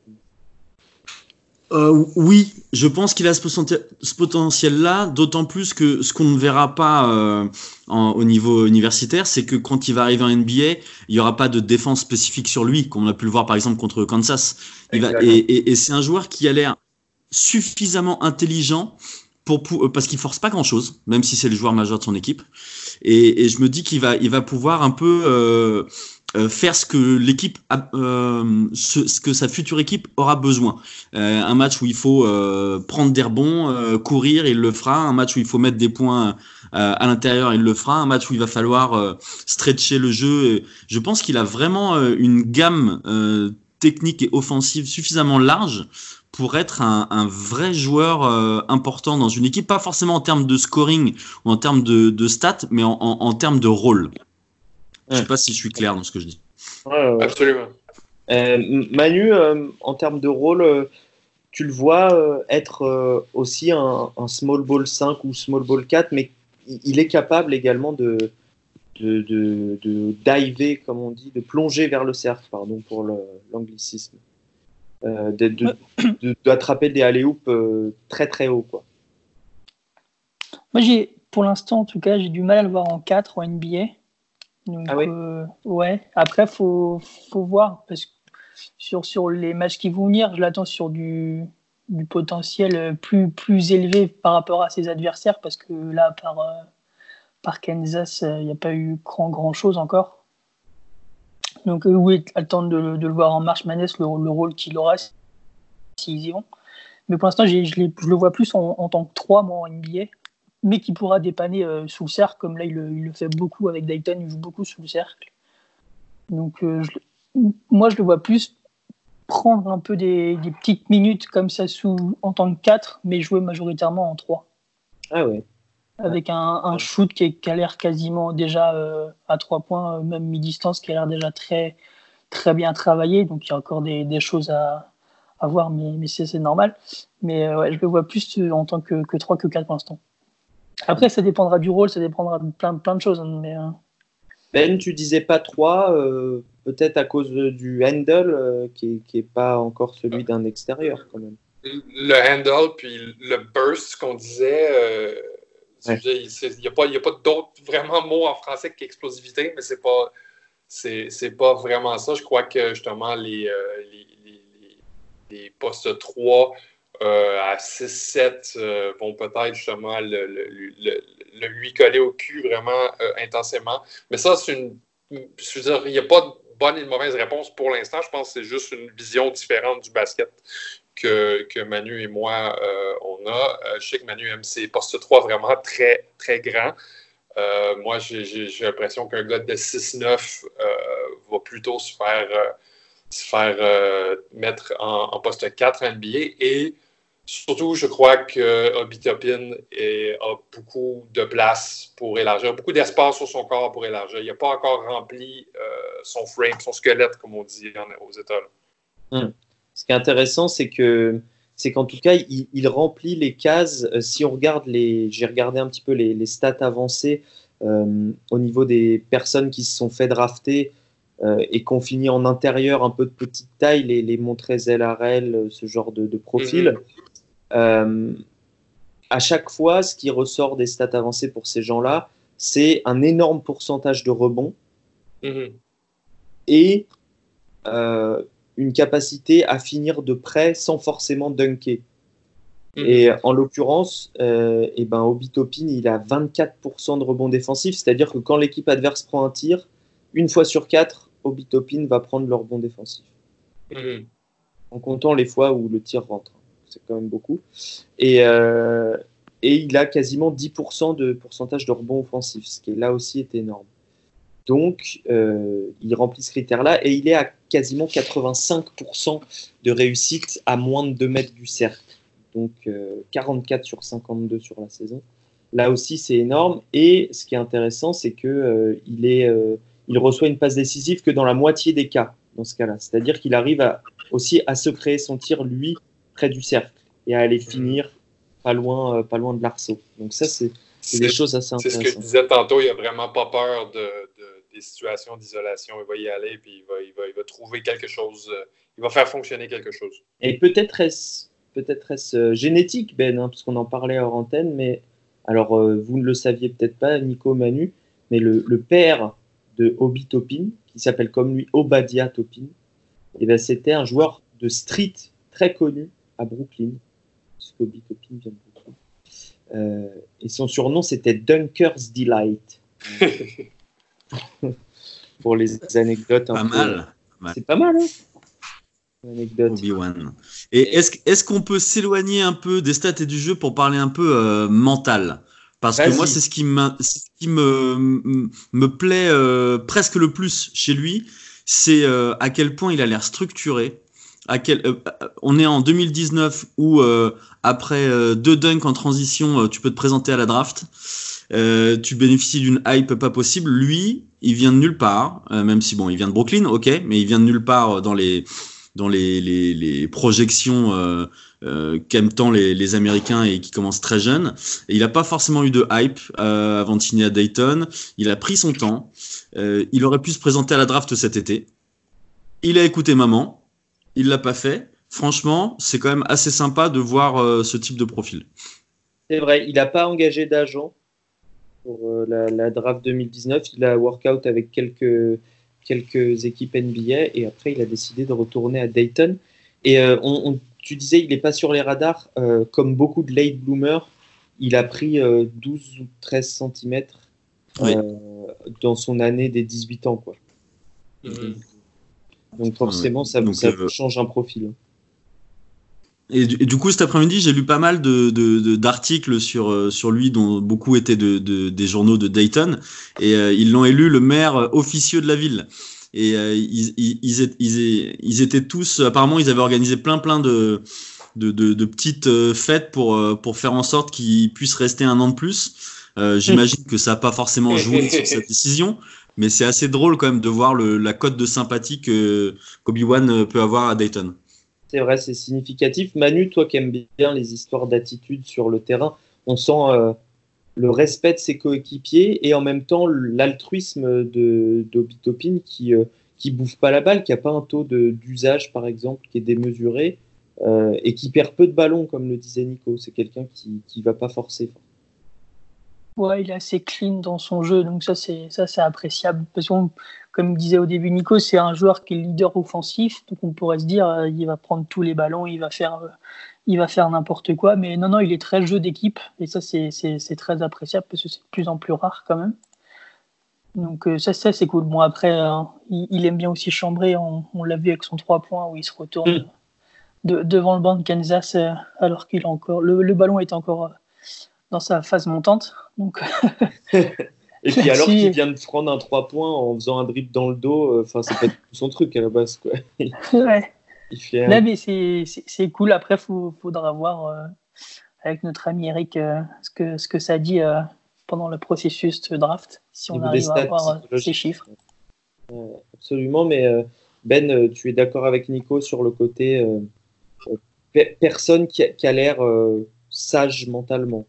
Euh, oui, je pense qu'il a ce, potentiel, ce potentiel-là, d'autant plus que ce qu'on ne verra pas euh, en, au niveau universitaire, c'est que quand il va arriver en N B A, il n'y aura pas de défense spécifique sur lui, comme on a pu le voir par exemple contre Kansas. Il va, et, et, et c'est un joueur qui a l'air suffisamment intelligent pour, pour parce qu'il force pas grand-chose, même si c'est le joueur majeur de son équipe. Et, et je me dis qu'il va, il va pouvoir un peu euh, euh, faire ce que l'équipe, a, euh, ce, ce que sa future équipe aura besoin. Euh, un match où il faut euh, prendre des rebonds, euh, courir, il le fera. Un match où il faut mettre des points euh, à l'intérieur, il le fera. Un match où il va falloir euh, stretcher le jeu. Je pense qu'il a vraiment euh, une gamme euh, technique et offensive suffisamment large pour être un, un vrai joueur euh, important dans une équipe, pas forcément en termes de scoring ou en termes de, de stats, mais en, en, en termes de rôle. Je ne sais pas si je suis clair dans ce que je dis. Ouais, ouais. Absolument. Euh, Manu, euh, en termes de rôle, euh, tu le vois euh, être euh, aussi un, un small ball cinq ou small ball quatre, mais il est capable également de, de, de, de diver, comme on dit, de plonger vers le cercle, pardon pour le, l'anglicisme. Euh, de, de, de, d'attraper des alley-oops euh, très très haut, quoi. Moi, j'ai, pour l'instant, en tout cas, j'ai du mal à le voir en quatre en N B A. Donc, ah oui euh, ouais. Après, faut, faut voir parce que sur, sur les matchs qui vont venir, je l'attends sur du, du potentiel plus, plus élevé par rapport à ses adversaires parce que là, par, euh, par Kansas, il n'y a pas eu grand, grand chose encore. Donc, euh, oui, attendre de, de le voir en March Madness, le, le rôle qu'il aura s'ils y vont. Mais pour l'instant, j'ai, je, je le vois plus en, en tant que trois, moi, en N B A, mais qui pourra dépanner euh, sous le cercle, comme là, il le, il le fait beaucoup avec Dayton, il joue beaucoup sous le cercle. Donc, euh, je, moi, je le vois plus prendre un peu des, des petites minutes comme ça sous, en tant que quatre, mais jouer majoritairement en trois. Ah ouais. Avec un, un shoot qui, est, qui a l'air quasiment déjà euh, à trois points, euh, même mi-distance, qui a l'air déjà très, très bien travaillé. Donc, il y a encore des, des choses à, à voir, mais, mais c'est, c'est normal. Mais euh, ouais, je le vois plus en tant que, que trois que quatre pour l'instant. Après, ça dépendra du rôle, ça dépendra de plein, plein de choses. Mais, euh... Ben, tu disais pas trois, euh, peut-être à cause du handle euh, qui n'est pas encore celui d'un extérieur quand même. Le handle, puis le burst qu'on disait, euh, ouais. il n'y a pas, il y a pas d'autres vraiment mots en français qu'explosivité, mais c'est pas, c'est, c'est pas vraiment ça. Je crois que justement les, euh, les, les, les postes trois euh, à six sept euh, vont peut-être justement le, le, le, le lui coller au cul vraiment euh, intensément. Mais ça, c'est une. Je veux dire, il n'y a pas de bonne et de mauvaise réponse pour l'instant. Je pense que c'est juste une vision différente du basket que, que Manu et moi, euh, on a. Euh, je sais que Manu aime ses postes trois vraiment très, très grands. Euh, moi, j'ai, j'ai, j'ai l'impression qu'un gars de six neuf euh, va plutôt se faire, euh, se faire euh, mettre en, en poste quatre N B A. Et surtout, je crois que Obi Toppin est, a beaucoup de place pour élargir, beaucoup d'espace sur son corps pour élargir. Il n'a pas encore rempli euh, son frame, son squelette, comme on dit en, aux États. Hum. Ce qui est intéressant, c'est que c'est qu'en tout cas, il, il remplit les cases. Euh, si on regarde les, j'ai regardé un petit peu les, les stats avancées euh, au niveau des personnes qui se sont fait drafter euh, et qui ont fini en intérieur un peu de petite taille, les, les Montrezl Harrell, ce genre de, de profil. Mm-hmm. Euh, à chaque fois, ce qui ressort des stats avancées pour ces gens-là, c'est un énorme pourcentage de rebonds mm-hmm. et euh, une capacité à finir de près sans forcément dunker. Mm-hmm. Et en l'occurrence, euh, et ben, Obi Toppin, il a vingt-quatre pour cent de rebonds défensifs, c'est-à-dire que quand l'équipe adverse prend un tir, une fois sur quatre, Obi Toppin va prendre le rebond défensif. Mm-hmm. En comptant les fois où le tir rentre. C'est quand même beaucoup. Et, euh, et il a quasiment dix pour cent de pourcentage de rebond offensif, ce qui là aussi est énorme. Donc, euh, il remplit ce critère-là et il est à quasiment quatre-vingt-cinq pour cent de réussite à moins de deux mètres du cercle. Donc, euh, quarante-quatre sur cinquante-deux sur la saison. Là aussi, c'est énorme. Et ce qui est intéressant, c'est qu'il euh, euh, il reçoit une passe décisive que dans la moitié des cas, dans ce cas-là. C'est-à-dire qu'il arrive à, aussi à se créer son tir, lui, près du cercle et à aller finir pas loin, euh, pas loin de l'arceau. Donc ça, c'est, c'est, c'est des choses assez intéressantes. C'est ce que je disais tantôt, il n'a vraiment pas peur de, de, des situations d'isolation. Il va y aller puis il va, il va, il va trouver quelque chose, euh, il va faire fonctionner quelque chose. Et peut-être est-ce, peut-être est-ce euh, génétique, Ben, hein, parce qu'on en parlait hors antenne, mais alors euh, vous ne le saviez peut-être pas, Nico, Manu, mais le, le père de Obi Toppin, qui s'appelle comme lui Obadiah Toppin, et ben, c'était un joueur de street très connu à Brooklyn, parce qu'Obi Toppin vient de Brooklyn. Euh, et son surnom, c'était Dunker's Delight. pour les anecdotes. Pas un mal. peu. Ouais. C'est pas mal, hein, anecdote. Obi-Wan. Et est-ce, est-ce qu'on peut s'éloigner un peu des stats et du jeu pour parler un peu euh, mental? Parce que Vas-y. moi, c'est ce qui, c'est ce qui me, me, me plaît euh, presque le plus chez lui, c'est euh, à quel point il a l'air structuré. À quel, euh, on est en deux mille dix-neuf où euh, après euh, deux dunks en transition, euh, tu peux te présenter à la draft. Euh, tu bénéficies d'une hype pas possible. Lui, il vient de nulle part, euh, même si bon, il vient de Brooklyn, ok, mais il vient de nulle part dans les dans les les, les projections euh, euh, qu'aiment tant les, les Américains et qui commencent très jeunes. Et il n'a pas forcément eu de hype euh, avant de signer à Dayton. Il a pris son temps. Euh, il aurait pu se présenter à la draft cet été. Il a écouté maman. Il l'a pas fait. Franchement, c'est quand même assez sympa de voir euh, ce type de profil. C'est vrai, il n'a pas engagé d'agent pour euh, la, la draft deux mille dix-neuf. Il a workout avec quelques, quelques équipes N B A et après, il a décidé de retourner à Dayton. Et euh, on, on, tu disais, il n'est pas sur les radars. Euh, comme beaucoup de late bloomers, il a pris euh, douze ou treize centimètres Oui. euh, dans son année des dix-huit ans, quoi. Mhm. Donc forcément, ça, Donc, ça euh, change un profil. Et du, et du coup, cet après-midi, j'ai lu pas mal de, de, de, d'articles sur, euh, sur lui, dont beaucoup étaient de, de, des journaux de Dayton. Et euh, ils l'ont élu le maire officieux de la ville. Et euh, ils, ils, ils, ils, ils étaient tous... Apparemment, ils avaient organisé plein, plein de, de, de, de petites euh, fêtes pour, euh, pour faire en sorte qu'il puisse rester un an de plus. Euh, j'imagine que ça n'a pas forcément joué sur cette décision. Mais c'est assez drôle quand même de voir le, la cote de sympathie que qu'Obi-Wan peut avoir à Dayton. C'est vrai, c'est significatif. Manu, toi qui aimes bien les histoires d'attitude sur le terrain, on sent euh, le respect de ses coéquipiers et en même temps l'altruisme de d'Obi Toppin qui euh, qui bouffe pas la balle, qui a pas un taux de, d'usage par exemple qui est démesuré euh, et qui perd peu de ballons comme le disait Nico. C'est quelqu'un qui qui va pas forcer. Ouais, il est assez clean dans son jeu, donc ça c'est ça c'est appréciable. Parce que comme disait au début Nico, c'est un joueur qui est leader offensif, donc on pourrait se dire euh, il va prendre tous les ballons, il va faire euh, il va faire n'importe quoi, mais non non, il est très jeu d'équipe et ça c'est c'est c'est très appréciable parce que c'est de plus en plus rare quand même. Donc euh, ça ça c'est cool. Bon après euh, il, il aime bien aussi chambrer, on, on l'a vu avec son trois points où il se retourne Mm. de, devant le banc de Kansas euh, alors qu'il a encore le, le ballon est encore euh, dans sa phase montante. Donc, et puis alors si... qu'il vient de prendre un trois points en faisant un dribble dans le dos, enfin euh, c'est pas son truc à la base quoi. ouais. Il fait un... Là mais c'est, c'est, c'est cool. Après faut faudra voir euh, avec notre ami Eric euh, ce que ce que ça dit euh, pendant le processus de draft si on Niveau arrive des à stats avoir euh, psychologiques. ces chiffres. Euh, absolument, mais euh, Ben, euh, tu es d'accord avec Nico sur le côté euh, pe- personne qui a, qui a l'air euh, sage mentalement.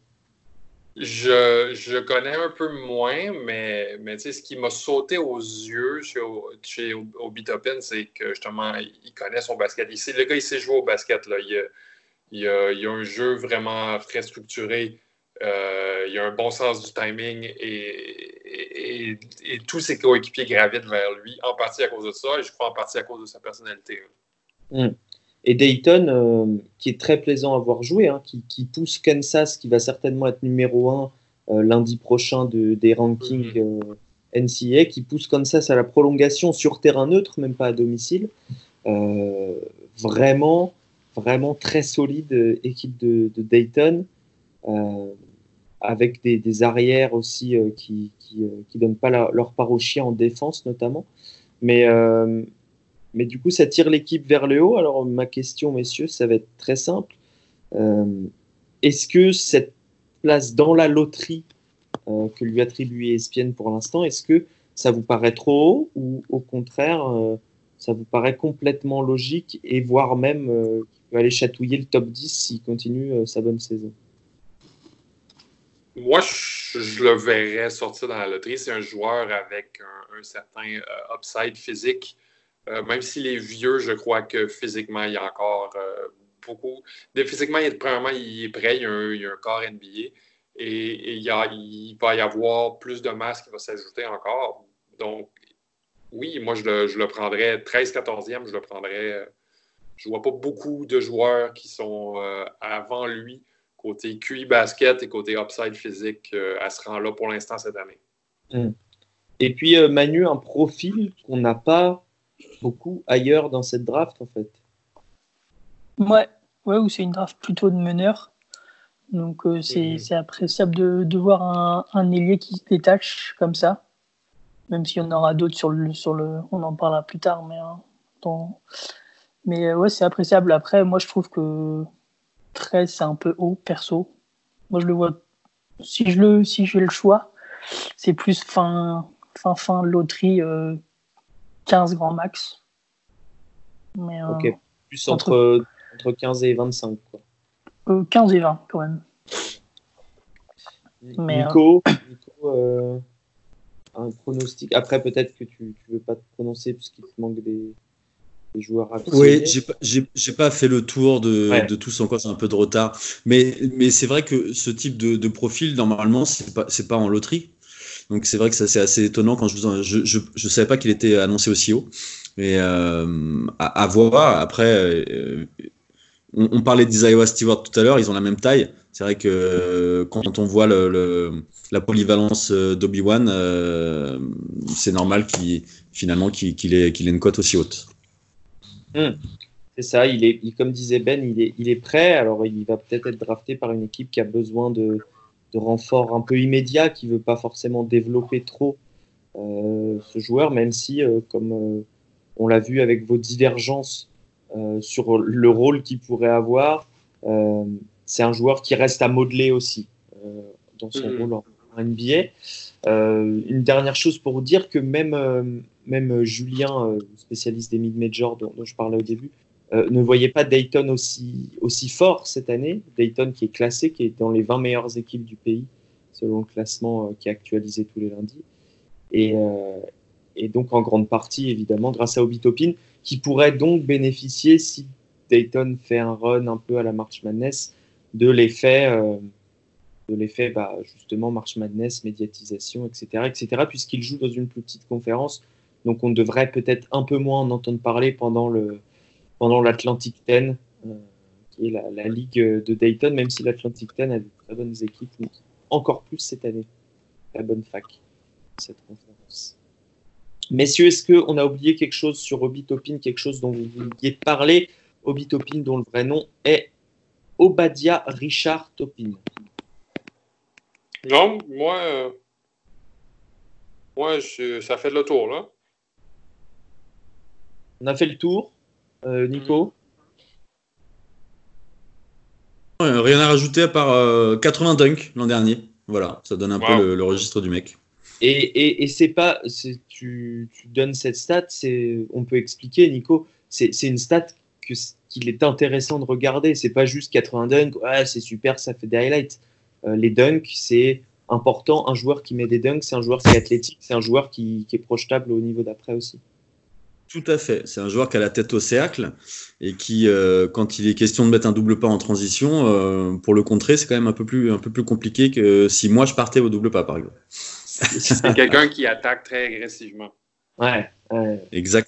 Je, je connais un peu moins, mais, mais tu sais, ce qui m'a sauté aux yeux chez, chez Obi Toppin, c'est que justement, il connaît son basket. Il sait, le gars, il sait jouer au basket. Là. Il, a, il, a, il a un jeu vraiment très structuré. Euh, il a un bon sens du timing et, et, et, et tous ses coéquipiers gravitent vers lui, en partie à cause de ça, et je crois en partie à cause de sa personnalité. Mm. Et Dayton, euh, qui est très plaisant à voir jouer, hein, qui, qui pousse Kansas, qui va certainement être numéro un euh, lundi prochain de, des rankings euh, N C A A, qui pousse Kansas à la prolongation sur terrain neutre, même pas à domicile. Euh, vraiment, vraiment très solide euh, équipe de, de Dayton, euh, avec des, des arrières aussi euh, qui qui, euh, qui donnent pas la, leur part au chien en défense notamment. Mais euh, Mais du coup, ça tire l'équipe vers le haut. Alors, ma question, messieurs, ça va être très simple. Euh, est-ce que cette place dans la loterie euh, que lui attribue E S P N pour l'instant, est-ce que ça vous paraît trop haut ou au contraire, euh, ça vous paraît complètement logique et voire même euh, qu'il peut aller chatouiller le top dix s'il continue euh, sa bonne saison? Moi, je, je le verrais sortir dans la loterie. C'est un joueur avec un, un certain euh, upside physique. Euh, même s'il est vieux, je crois que physiquement, il y a encore euh, beaucoup. De, physiquement, il est, premièrement, il est prêt, il y a un, il y a un corps N B A. Et, et il, y a, il va y avoir plus de masse qui va s'ajouter encore. Donc, oui, moi, je le, je le prendrais treize quatorzième, je le prendrais. Je ne vois pas beaucoup de joueurs qui sont euh, avant lui, côté Q I basket et côté upside physique, euh, à ce rang-là pour l'instant cette année. Mmh. Et puis, euh, Manu, un profil qu'on n'a pas beaucoup ailleurs dans cette draft, en fait. Ouais, ouais, où c'est une draft plutôt de meneur. Donc, euh, c'est, Mhm. c'est appréciable de, de voir un, un ailier qui se détache comme ça. Même s'il y en aura d'autres sur le, sur le. On en parlera plus tard, mais. Hein, dans... Mais euh, ouais, c'est appréciable. Après, moi, je trouve que treize, c'est un peu haut, perso. Moi, je le vois. Si je le, si j'ai le choix, c'est plus fin, fin, fin loterie, euh, quinze grand max. Mais, euh, Ok, plus entre, entre- entre quinze et vingt-cinq, quoi. euh, quinze et vingt, quand même. Mais, Nico, Nico euh, un pronostic. Après, peut-être que tu ne veux pas te prononcer parce qu'il te manque des, des joueurs à Oui, visionner. j'ai pas, j'ai, j'ai pas fait le tour de, Ouais. de tous encore, c'est un peu de retard. Mais, mais c'est vrai que ce type de, de profil, normalement, c'est pas, c'est pas en loterie. Donc c'est vrai que ça, c'est assez étonnant quand je vous en- je, je, je savais pas qu'il était annoncé aussi haut. Mais euh, à, à voir. Après, euh, on, on parlait d'Isaiah Stewart tout à l'heure, ils ont la même taille. C'est vrai que euh, quand on voit le, le, la polyvalence euh, d'Obi-Wan, euh, c'est normal qu'il, finalement qu'il, qu'il ait, qu'il ait une cote aussi haute. Hum, C'est ça, il est, il- comme disait Ben, il est, il est prêt. Alors, il va peut-être être drafté par une équipe qui a besoin de, de renforts un peu immédiats, qui ne veut pas forcément développer trop euh, ce joueur, même si, euh, comme euh, on l'a vu avec vos divergences euh, sur le rôle qu'il pourrait avoir, euh, c'est un joueur qui reste à modeler aussi euh, dans son Mhm. rôle en, en N B A. Euh, une dernière chose pour vous dire que même, euh, même Julien, euh, spécialiste des mid-majors dont, dont je parlais au début, euh, ne voyait pas Dayton aussi, aussi fort cette année. Dayton qui est classé, qui est dans les vingt meilleures équipes du pays, selon le classement euh, qui est actualisé tous les lundis. Et, euh, et donc en grande partie, évidemment, grâce à Obi Toppin, qui pourrait donc bénéficier, si Dayton fait un run un peu à la March Madness, de l'effet, euh, de l'effet bah, justement March Madness, médiatisation, et cetera, et cetera, puisqu'il joue dans une plus petite conférence. Donc on devrait peut-être un peu moins en entendre parler pendant, le, pendant l'Atlantic dix, euh, qui est la, la ligue de Dayton, même si l'Atlantic dix a de très bonnes équipes, mais encore plus cette année, la bonne fac, cette conférence. Messieurs, est-ce qu'on a oublié quelque chose sur Obi Toppin, quelque chose dont vous vouliez parler? Obi Toppin, dont le vrai nom est Obadiah Richard Toppin. Non, moi, euh, moi je- ça fait le tour, là. On a fait le tour. Euh, Nico? Euh, Rien à rajouter à part euh, quatre-vingts dunks l'an dernier. Voilà, ça donne un peu Wow. le, le registre du mec. Et, et, et c'est pas, c'est- tu, tu donnes cette stat, c'est, on peut expliquer, Nico, c'est, c'est une stat que, qu'il est intéressant de regarder. C'est pas juste quatre-vingts dunks, ouais, c'est super, ça fait des highlights. Euh, les dunks, c'est important. Un joueur qui met des dunks, c'est un joueur qui est athlétique, c'est un joueur qui, qui est projetable au niveau d'après aussi. Tout à fait. C'est un joueur qui a la tête au cercle et qui, euh, quand il est question de mettre un double pas en transition, euh, pour le contrer, c'est quand même un peu plus, un peu plus compliqué que si moi je partais au double pas, par exemple. C'est quelqu'un qui attaque très agressivement. Ouais. ouais. Exact.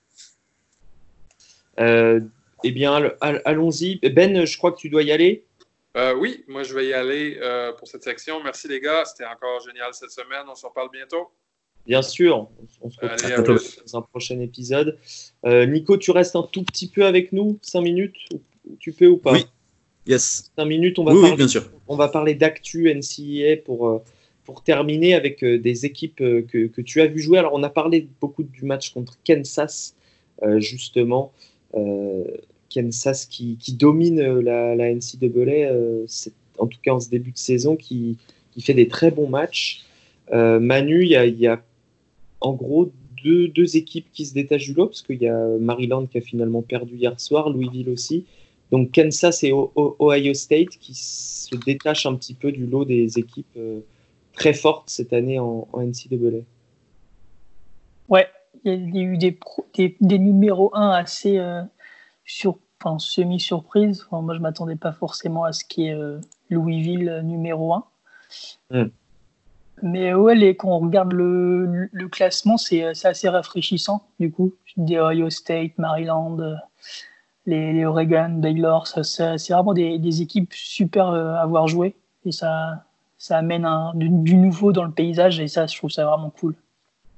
Euh, eh bien, le- all- allons-y. Ben, je crois que tu dois y aller. Euh, oui, moi je vais y aller euh, pour cette section. Merci les gars, c'était encore génial cette semaine. On se reparle bientôt. Bien sûr, on, on se retrouve Allez, à plus. dans un prochain épisode. Euh, Nico, tu restes un tout petit peu avec nous, cinq minutes, ou- ou tu peux ou pas? Oui. Yes. Cinq minutes, on va Oui, oui, parler, bien sûr. on va parler d'actu N C A A pour, euh, pour terminer avec euh, des équipes euh, que, que tu as vu jouer. Alors, on a parlé beaucoup du match contre Kansas, euh, justement. Euh, Kansas qui, qui domine euh, la, la N C A A, euh, c'est- en tout cas en ce début de saison, qui, qui fait des très bons matchs. Euh, Manu, il y a, il y a en gros deux, deux équipes qui se détachent du lot, parce qu'il y a Maryland qui a finalement perdu hier soir, Louisville aussi. Donc Kansas et O- O- Ohio State qui se détachent un petit peu du lot des équipes euh, très fortes cette année en, en N C A A. Ouais, il y a eu des, pro- des, des numéros un assez euh, sur, enfin, semi-surprise. Enfin, moi, je ne m'attendais pas forcément à ce qu'il y ait euh, Louisville euh, numéro un. Mm. Mais ouais, les, quand on regarde le, le classement, c'est, c'est assez rafraîchissant, du coup. Des Ohio State, Maryland, euh, les, les Oregon, Baylor, ça, ça, c'est vraiment des, des équipes super euh, à avoir joué. Et ça, ça amène un, du, du nouveau dans le paysage, et ça, je trouve ça vraiment cool.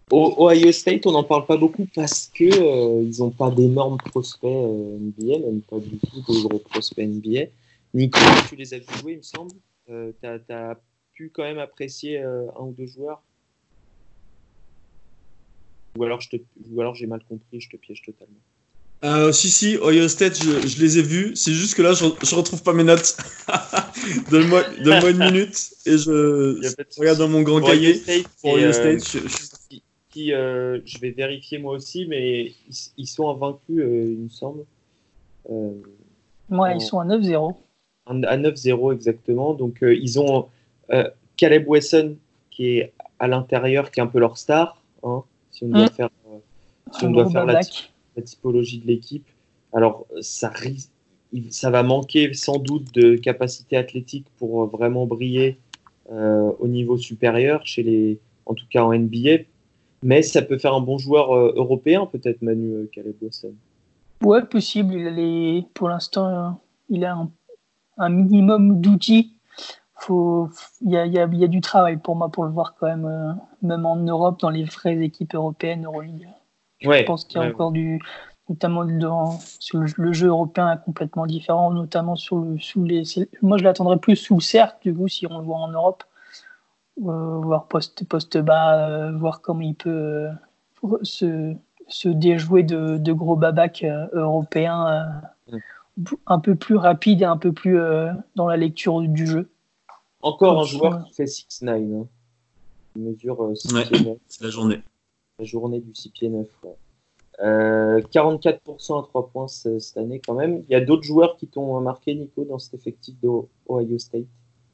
Ohio State, on n'en parle pas beaucoup parce que euh, ils n'ont pas d'énormes prospects euh, N B A, même pas du tout de gros prospects N B A. Nico, tu les as vus jouer, il me semble. Euh, tu as pu quand même apprécier euh, un ou deux joueurs. Ou alors, je te, ou alors j'ai mal compris, je te piège totalement. Euh, si, si, Ohio State, je, je les ai vus. C'est juste que là, je, je retrouve pas mes notes. donne-moi, donne-moi une minute et je, je regarde dans mon grand Ohio cahier. State, Pour Ohio euh, State, je, je... Qui, qui, euh, je vais vérifier moi aussi, mais ils, ils sont invaincus, euh, il me semble. Euh, ouais, en, ils sont à neuf zéro. À neuf zéro exactement. Donc, euh, ils ont euh, Caleb Wesson qui est à l'intérieur, qui est un peu leur star. Hein, si on doit mmh. faire, euh, si on doit faire la, la typologie de l'équipe. Alors, ça, risque, ça va manquer sans doute de capacité athlétique pour vraiment briller euh, au niveau supérieur, chez les, en tout cas en N B A. Mais ça peut faire un bon joueur euh, européen, peut-être, Manu euh, Caleb Wesson. Ouais, possible. Il a les... Pour l'instant, euh, il a un, un minimum d'outils. Faut... Il, y a, il, y a, il y a du travail pour moi pour le voir quand même, euh, même en Europe, dans les vraies équipes européennes, Euroleague. Je ouais, pense qu'il y a ouais, encore ouais. du... Notamment dans, sur le, le jeu européen est complètement différent, notamment sur le, sous les. Moi, je l'attendrais plus sous le cercle, du coup, si on le voit en Europe. Euh, voir poste, poste bas, euh, voir comment il peut euh, se, se déjouer de, de gros babacs euh, européens euh, mm. un peu plus rapides et un peu plus euh, dans la lecture du jeu. Encore Donc, un joueur euh... qui fait six neuf. Hein. Il mesure euh, six ouais, pieds neuf. C'est la journée. La journée du six pieds neuf. Ouais. Euh, quarante-quatre pour cent à trois points cette année quand même. Il y a d'autres joueurs qui t'ont marqué, Nico, dans cet effectif d'Ohio State?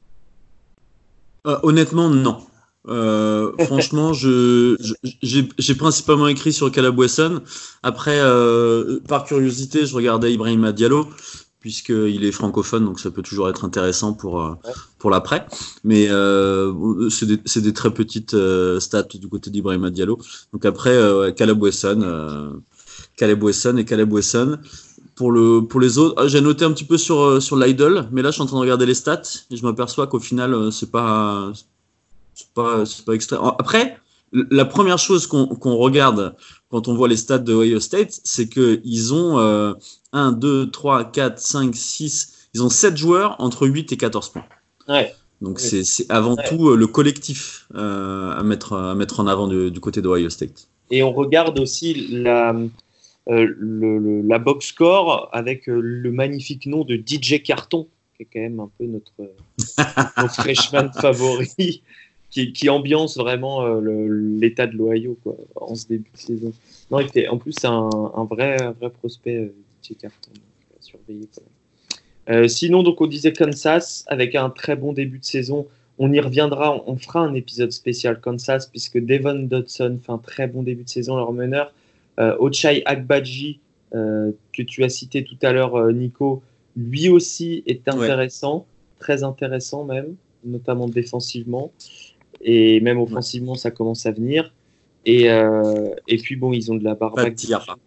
Euh, honnêtement, non. Euh, franchement, je, je, j'ai, j'ai principalement écrit sur Caleb Wesson. Après, euh, par curiosité, je regardais Ibrahima Diallo, puisqu'il est francophone, donc ça peut toujours être intéressant pour, euh, ouais. pour l'après. Mais euh, c'est, des, c'est des très petites euh, stats du côté d'Ibrahima Diallo. Donc après, euh, Caleb Wesson, euh, Caleb Wesson et Caleb Wesson. Pour, le, pour les autres, ah, j'ai noté un petit peu sur, sur l'Idol, mais là je suis en train de regarder les stats et je m'aperçois qu'au final c'est pas, c'est pas, c'est pas extrême. Après, la première chose qu'on, qu'on regarde quand on voit les stats de Ohio State, c'est qu'ils ont euh, un, deux, trois, quatre, cinq, six, ils ont sept joueurs entre huit et quatorze points. Ouais. Donc ouais. c'est, c'est avant ouais. tout le collectif euh, à, mettre, à mettre en avant du, du côté d'Ohio State. Et on regarde aussi la. Euh, le, le, la box score avec euh, le magnifique nom de D J Carton, qui est quand même un peu notre, notre freshman favori, qui, qui ambiance vraiment euh, le, l'état de l'Ohio quoi, en ce début de saison. Non, était, en plus, c'est un, un, vrai, un vrai prospect, euh, D J Carton, donc, à surveiller quand même. Euh, sinon, donc, on disait Kansas, avec un très bon début de saison. On y reviendra, on, on fera un épisode spécial Kansas, puisque Devon Dodson fait un très bon début de saison, leur meneur. Euh, Ochai Agbaji, euh, que tu as cité tout à l'heure, euh, Nico, lui aussi est intéressant, ouais. très intéressant même, notamment défensivement. Et même offensivement, ouais. ça commence à venir. Et, euh, et puis, bon, ils ont de la barbaque. Pas de tir.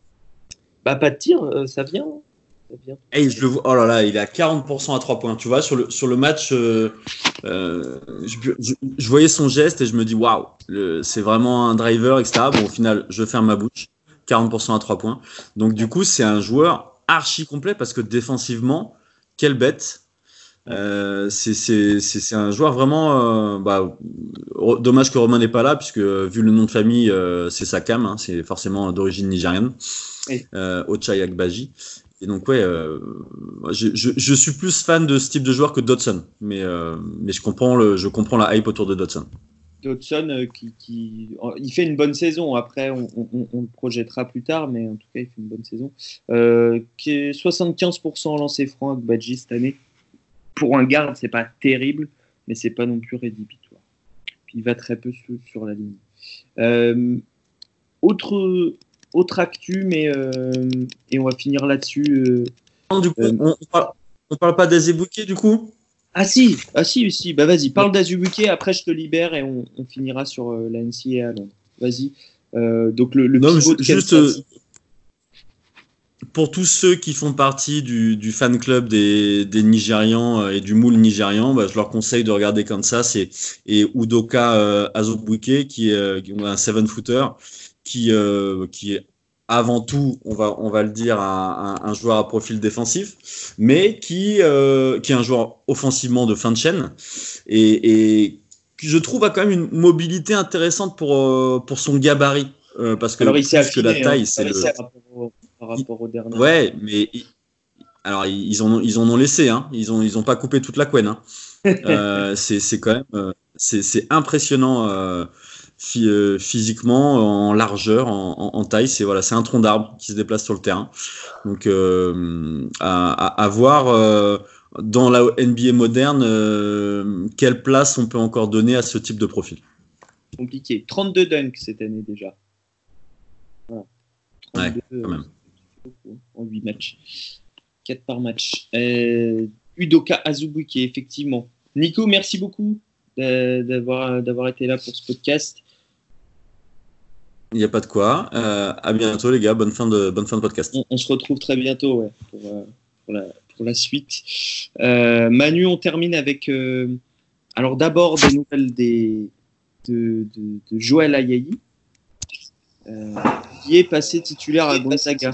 Bah, pas de tir, euh, ça vient. Ça vient. Hey, je le vois, oh là là, il est à quarante pour cent à trois points. Tu vois, sur le, sur le match, euh, euh, je, je, je voyais son geste et je me dis, waouh, c'est vraiment un driver, et cetera. Bon, au final, je ferme ma bouche. quarante pour cent à trois points. Donc, du coup, c'est un joueur archi complet parce que défensivement, quelle bête. Euh, c'est, c'est, c'est, c'est un joueur vraiment. Euh, bah, dommage que Romain n'est pas là, puisque vu le nom de famille, euh, c'est sa cam, hein, c'est forcément d'origine nigériane. Oui. Euh, Ochai Agbaji. Et donc, ouais, euh, je, je, je suis plus fan de ce type de joueur que Dodson, mais, euh, mais je, comprends le, je comprends la hype autour de Dodson. Dodson, euh, qui, qui, il fait une bonne saison. Après, on, on, on le projettera plus tard, mais en tout cas, il fait une bonne saison. Euh, qui est soixante-quinze pour cent lancé franc avec Badji cette année. Pour un garde, c'est pas terrible, mais c'est pas non plus rédhibitoire. Puis il va très peu sur, sur la ligne. Euh, autre, autre actu, mais euh, et on va finir là-dessus. Euh, du coup, euh, on, on, parle, on parle pas d'Azubuike, du coup. Ah si, ah si, si. Bah vas-y, parle d'Azubuike, après je te libère et on, on finira sur euh, la N C A A à Londres. Vas-y. Euh, donc le, le non, pivot de juste, euh, pour tous ceux qui font partie du, du fan club des, des Nigérians et du moule nigérian, bah, je leur conseille de regarder Kansas et, et Udoka euh, Azubuike, qui est euh, un seven-footer, qui, euh, qui est avant tout, on va, on va le dire, un, un, un joueur à profil défensif, mais qui, euh, qui est un joueur offensivement de fin de chaîne et, et qui, je trouve, a quand même une mobilité intéressante pour, euh, pour son gabarit. Euh, parce que alors, il plus s'est que affiné, la taille, hein, c'est le. Par rapport au, par rapport au dernier. Ouais, mais alors ils en ont, ils en ont laissé, hein. Ils ont, ils ont pas coupé toute la couenne. Hein. euh, c'est, c'est quand même, euh, c'est, c'est impressionnant euh, phy- euh, physiquement, en largeur, en, en, en taille. C'est voilà, c'est un tronc d'arbre qui se déplace sur le terrain. Donc euh, à, à, à voir euh, dans la N B A moderne, euh, quelle place on peut encore donner à ce type de profil. Compliqué. trente-deux dunks cette année déjà. Voilà. Ouais, quand même. En huit matchs. quatre par match. Euh, Udoka Azubuike, effectivement. Nico, merci beaucoup d'avoir, d'avoir été là pour ce podcast. Il n'y a pas de quoi. Euh, à bientôt, les gars. Bonne fin de, bonne fin de podcast. On, on se retrouve très bientôt ouais, pour, euh, pour, la, pour la suite. Euh, Manu, on termine avec. Euh, alors, d'abord, des nouvelles des, de, de, de Joël Ayayi, euh, qui est passé titulaire à Gonzaga.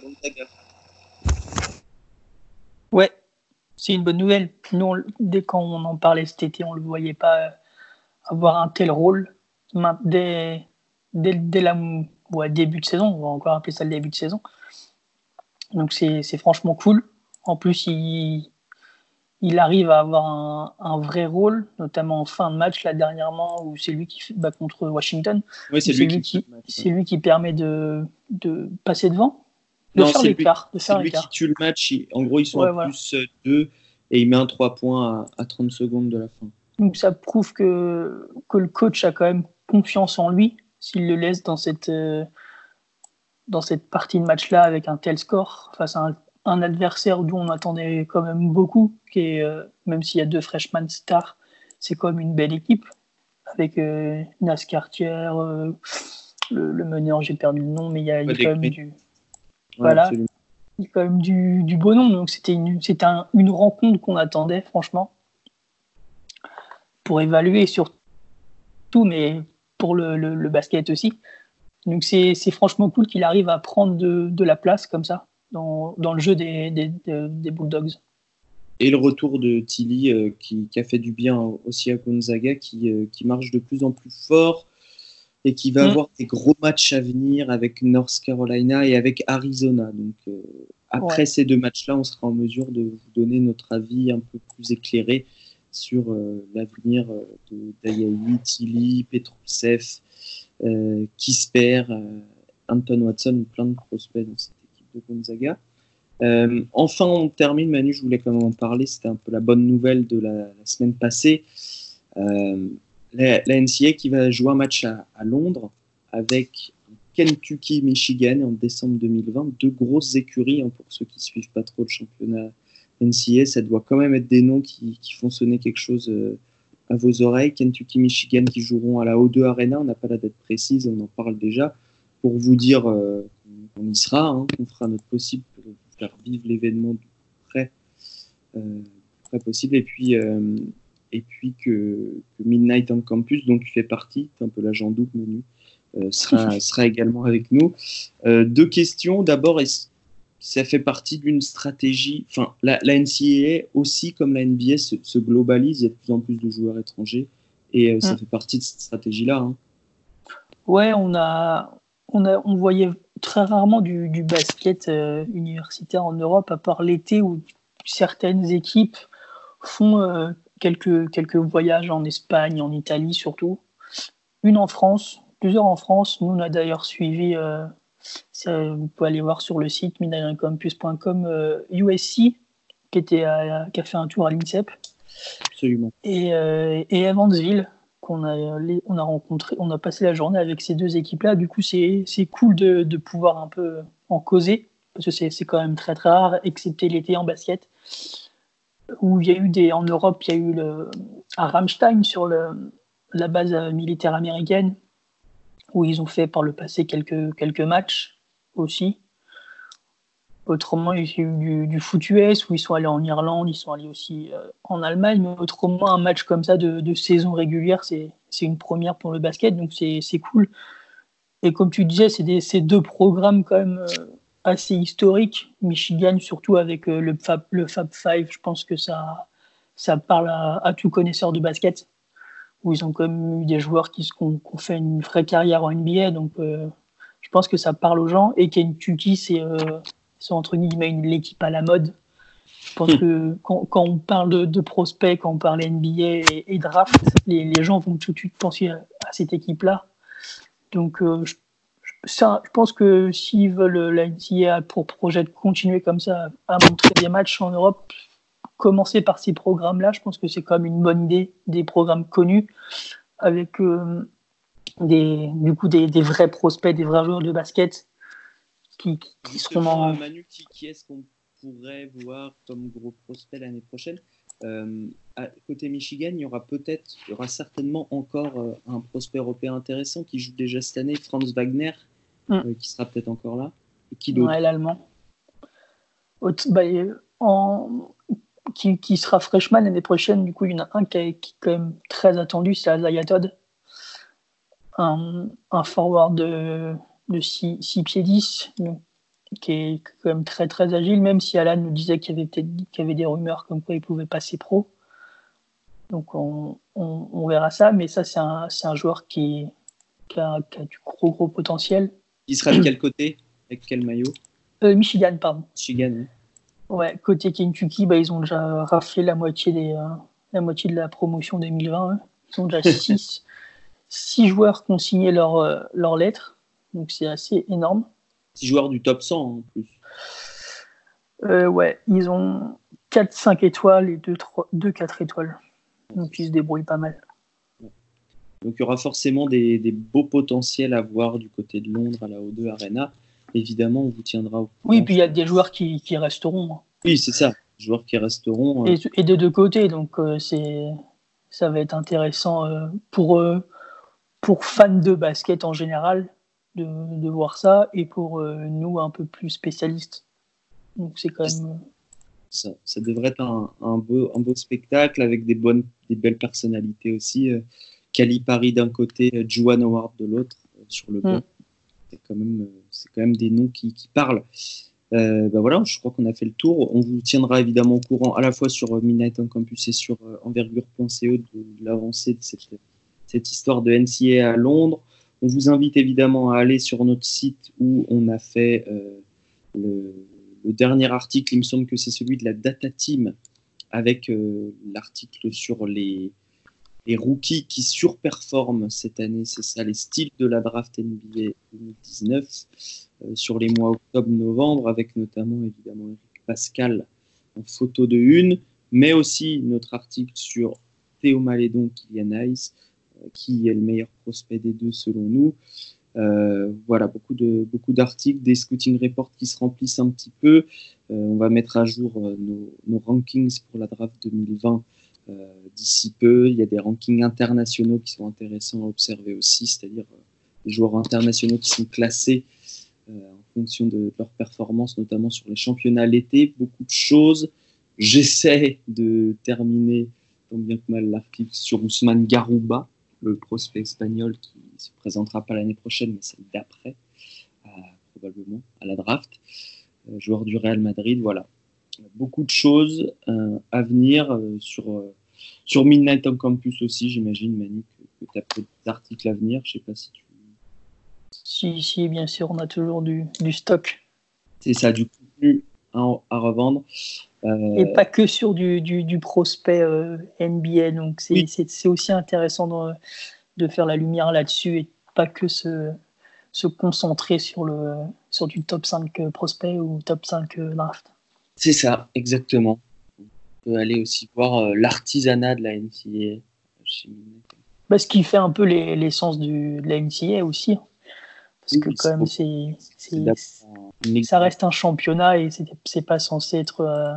Ouais, c'est une bonne nouvelle. Nous, on, dès qu'on en parlait cet été, on ne le voyait pas avoir un tel rôle. Dès, dès, dès la ouais, début de saison, on va encore appeler ça le début de saison. Donc c'est, c'est franchement cool. En plus, il, il arrive à avoir un, un vrai rôle, notamment en fin de match, là dernièrement, où c'est lui qui fait, bah, contre Washington. Oui, c'est, c'est, lui lui qui, qui, c'est lui qui permet de, de passer devant. De non, faire c'est l'écart. Lui, de faire c'est l'écart. lui qui tue le match. Il, en gros, ils sont ouais, à voilà. plus deux et il met un trois points à, à trente secondes de la fin. Donc ça prouve que, que le coach a quand même confiance en lui s'il le laisse dans cette, euh, dans cette partie de match-là avec un tel score face à un, un adversaire d'où on attendait quand même beaucoup, qui est, euh, même s'il y a deux freshman stars, c'est quand même une belle équipe avec euh, Nas Cartier, euh, le, le meneur, j'ai perdu le nom, mais il y a, il y a quand même du... Ouais, voilà, absolument. il y a quand même du, du beau nom, donc c'était, une, c'était un, une rencontre qu'on attendait, franchement, pour évaluer surtout, mais pour le, le, le basket aussi. Donc c'est, c'est franchement cool qu'il arrive à prendre de, de la place comme ça dans, dans le jeu des, des, des, des Bulldogs. Et le retour de Tilly euh, qui, qui a fait du bien aussi à Gonzaga, qui, euh, qui marche de plus en plus fort et qui va mmh. avoir des gros matchs à venir avec North Carolina et avec Arizona. Donc euh, après ouais. ces deux matchs-là, on sera en mesure de vous donner notre avis un peu plus éclairé sur euh, l'avenir de d'Ayayi, Tilly, Petrousev, euh, Kispert, euh, Anton Watson, plein de prospects dans cette équipe de Gonzaga. Euh, enfin, on termine, Manu, je voulais quand même en parler, c'était un peu la bonne nouvelle de la, la semaine passée. Euh, la, la N C A A qui va jouer un match à, à Londres avec Kentucky, Michigan en décembre deux mille vingt, deux grosses écuries, hein, pour ceux qui ne suivent pas trop le championnat N C A A, ça doit quand même être des noms qui, qui font sonner quelque chose euh, à vos oreilles. Kentucky, Michigan qui joueront à la O deux Arena, on n'a pas la date précise, on en parle déjà, pour vous dire euh, qu'on y sera, hein, qu'on fera notre possible pour faire vivre l'événement du près, euh, près possible, et puis, euh, et puis que, que Midnight on Campus, dont tu fais partie, c'est un peu l'agent double Menu, euh, sera, sera également avec nous. Euh, deux questions, d'abord, est-ce ça fait partie d'une stratégie, enfin la, la N C A A aussi comme la N B A se, se globalise, il y a de plus en plus de joueurs étrangers et euh, ça mmh. fait partie de cette stratégie-là. Hein. Ouais, on a, on a, on voyait très rarement du, du basket euh, universitaire en Europe, à part l'été où certaines équipes font euh, quelques, quelques voyages en Espagne, en Italie surtout. Une en France, plusieurs en France. Nous, on a d'ailleurs suivi... Euh, Ça, vous pouvez aller voir sur le site midnight on campus point com euh, U S C qui, était à, qui a fait un tour à l'INSEP. Absolument. Et, euh, et Evansville qu'on a, on a rencontré, on a passé la journée avec ces deux équipes-là. Du coup, c'est, c'est cool de, de pouvoir un peu en causer parce que c'est, c'est quand même très très rare, excepté l'été en basket où il y a eu des, en Europe, il y a eu le, à Ramstein sur le, la base militaire américaine, où ils ont fait par le passé quelques, quelques matchs aussi. Autrement, il y a eu du, du foot U S où ils sont allés en Irlande, ils sont allés aussi euh, en Allemagne. Mais autrement, un match comme ça de, de saison régulière, c'est, c'est une première pour le basket, donc c'est, c'est cool. Et comme tu disais, c'est, des, c'est deux programmes quand même euh, assez historiques. Michigan, surtout avec euh, le, Fab, le Fab Five, je pense que ça, ça parle à, à tout connaisseur de basket, où ils ont quand même eu des joueurs qui, qui, ont, qui ont fait une vraie carrière en N B A. Donc, euh, je pense que ça parle aux gens. Et Kentucky, c'est... Euh, c'est entre guillemets une, l'équipe à la mode. Je pense que quand, quand on parle de, de prospects, quand on parle N B A et, et draft, les, les gens vont tout de suite penser à, à cette équipe-là. Donc, euh, je, ça, je pense que s'ils veulent la N C A A pour projet de continuer comme ça à montrer des matchs en Europe, commencer par ces programmes-là, je pense que c'est quand même une bonne idée, des programmes connus avec euh, des, du coup des, des vrais prospects, des vrais joueurs de basket. Qui, qui, qui seront en... Manu, qui, qui est-ce qu'on pourrait voir comme gros prospect l'année prochaine? euh, à, Côté Michigan, il y aura peut-être, il y aura certainement encore euh, un prospect européen intéressant qui joue déjà cette année, Franz Wagner, mm. euh, qui sera peut-être encore là. Et qui d'autre? Ouais, l'allemand. Bah, en... qui, qui sera freshman l'année prochaine. Du coup, il y en a un qui est, qui est quand même très attendu, c'est Isaiah Todd, un, un forward de de six pieds dix, donc, qui est quand même très très agile, même si Alan nous disait qu'il y avait peut-être qu'il y avait des rumeurs comme quoi il pouvait passer pro. Donc on, on, on verra ça, mais ça c'est un, c'est un joueur qui, qui, a, qui a du gros gros potentiel. Il sera de quel côté? Avec quel maillot? euh, Michigan, pardon. Michigan. Oui. Ouais, côté Kentucky, bah, ils ont déjà raflé la moitié, des, euh, la moitié de la promotion deux mille vingt. Hein. Ils ont déjà six joueurs qui ont signé leur, euh, leur lettre. Donc c'est assez énorme. six joueurs du top cent en plus. Euh, ouais, ils ont quatre cinq étoiles et deux quatre étoiles. Donc ils se débrouillent pas mal. Donc il y aura forcément des, des beaux potentiels à voir du côté de Londres à la O deux Arena. Évidemment, on vous tiendra au courant. Oui, puis il y a des joueurs qui, qui resteront. Oui, c'est ça. Des joueurs qui resteront. Euh... Et, et de deux côtés. Donc euh, c'est, ça va être intéressant euh, pour, euh, pour fans de basket en général. De, de voir ça, et pour euh, nous un peu plus spécialistes. Donc c'est quand même... Ça, ça devrait être un, un, beau, un beau spectacle avec des, bonnes, des belles personnalités aussi. Euh, Calipari d'un côté, euh, Juwan Howard de l'autre, euh, sur le banc. Mm. C'est, quand même, c'est quand même des noms qui, qui parlent. Euh, ben voilà, je crois qu'on a fait le tour. On vous tiendra évidemment au courant à la fois sur euh, Midnight on Campus et sur euh, envergure point c e de, de l'avancée de cette, cette histoire de N C A A à Londres. On vous invite évidemment à aller sur notre site où on a fait euh, le, le dernier article, il me semble que c'est celui de la Data Team, avec euh, l'article sur les, les rookies qui surperforment cette année, c'est ça, les styles de la draft N B A deux mille dix-neuf, euh, sur les mois octobre-novembre, avec notamment évidemment Eric Pascal en photo de une, mais aussi notre article sur Théo Malédon, Kylian Hayes, qui est le meilleur prospect des deux selon nous. Euh, voilà, beaucoup, de, beaucoup d'articles, des scouting reports qui se remplissent un petit peu. Euh, on va mettre à jour euh, nos, nos rankings pour la draft deux mille vingt euh, d'ici peu. Il y a des rankings internationaux qui sont intéressants à observer aussi, c'est-à-dire euh, des joueurs internationaux qui sont classés euh, en fonction de, de leur performance, notamment sur les championnats l'été. Beaucoup de choses. J'essaie de terminer tant bien que mal l'article sur Ousmane Garouba, le prospect espagnol qui ne se présentera pas l'année prochaine, mais celle d'après, euh, probablement, à la draft. Euh, joueur du Real Madrid, voilà. Beaucoup de choses euh, à venir euh, sur, euh, sur Midnight on Campus aussi, j'imagine, Manu, que, que tu as peut-être des articles à venir. Je ne sais pas si tu... Si, si, bien sûr, on a toujours du, du stock. C'est ça, du contenu à, à revendre. Euh... Et pas que sur du, du, du prospect euh, N B A, donc c'est, oui. c'est, c'est aussi intéressant de, de faire la lumière là-dessus et pas que se, se concentrer sur, le, sur du top cinq prospect ou top cinq draft. C'est ça, exactement. On peut aller aussi voir euh, l'artisanat de la N C A A. Bah, ce qui fait un peu les, l'essence du, de la N C A A aussi. Parce oui, que quand même, c'est, c'est, c'est, ça reste un championnat et c'est, c'est pas censé être... Euh,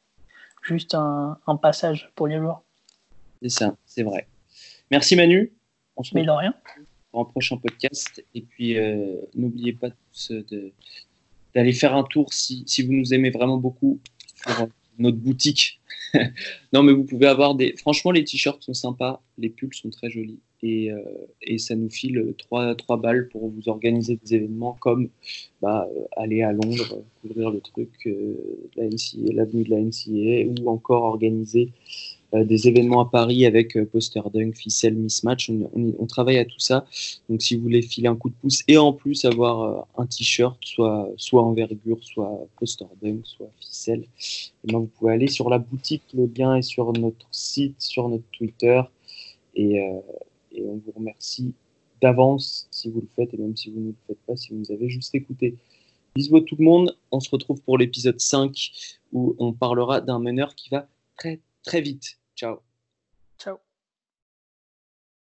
juste un, un passage pour les joueurs. C'est ça, c'est vrai. Merci Manu. On se met de rien. Pour un prochain podcast. Et puis, euh, n'oubliez pas tous de, d'aller faire un tour si, si vous nous aimez vraiment beaucoup sur notre boutique. Non, mais vous pouvez avoir des. Franchement, les t-shirts sont sympas, les pulls sont très jolis et, euh, et ça nous file trois balles pour vous organiser des événements comme bah, euh, aller à Londres, euh, couvrir le truc, euh, la N C A A, l'avenue de la N C A A, ou encore organiser euh, des événements à Paris avec euh, poster dunk, ficelle, mismatch. On, on, on travaille à tout ça. Donc, si vous voulez filer un coup de pouce et en plus avoir euh, un t-shirt, soit, soit envergure, soit poster dunk, soit ficelle, et ben, vous pouvez aller sur la boutique. Le lien est sur notre site, sur notre Twitter. Et, euh, et on vous remercie d'avance si vous le faites, et même si vous ne le faites pas, si vous nous avez juste écouté. Bisous à tout le monde. On se retrouve pour l'épisode cinq où on parlera d'un meneur qui va très très vite. Ciao.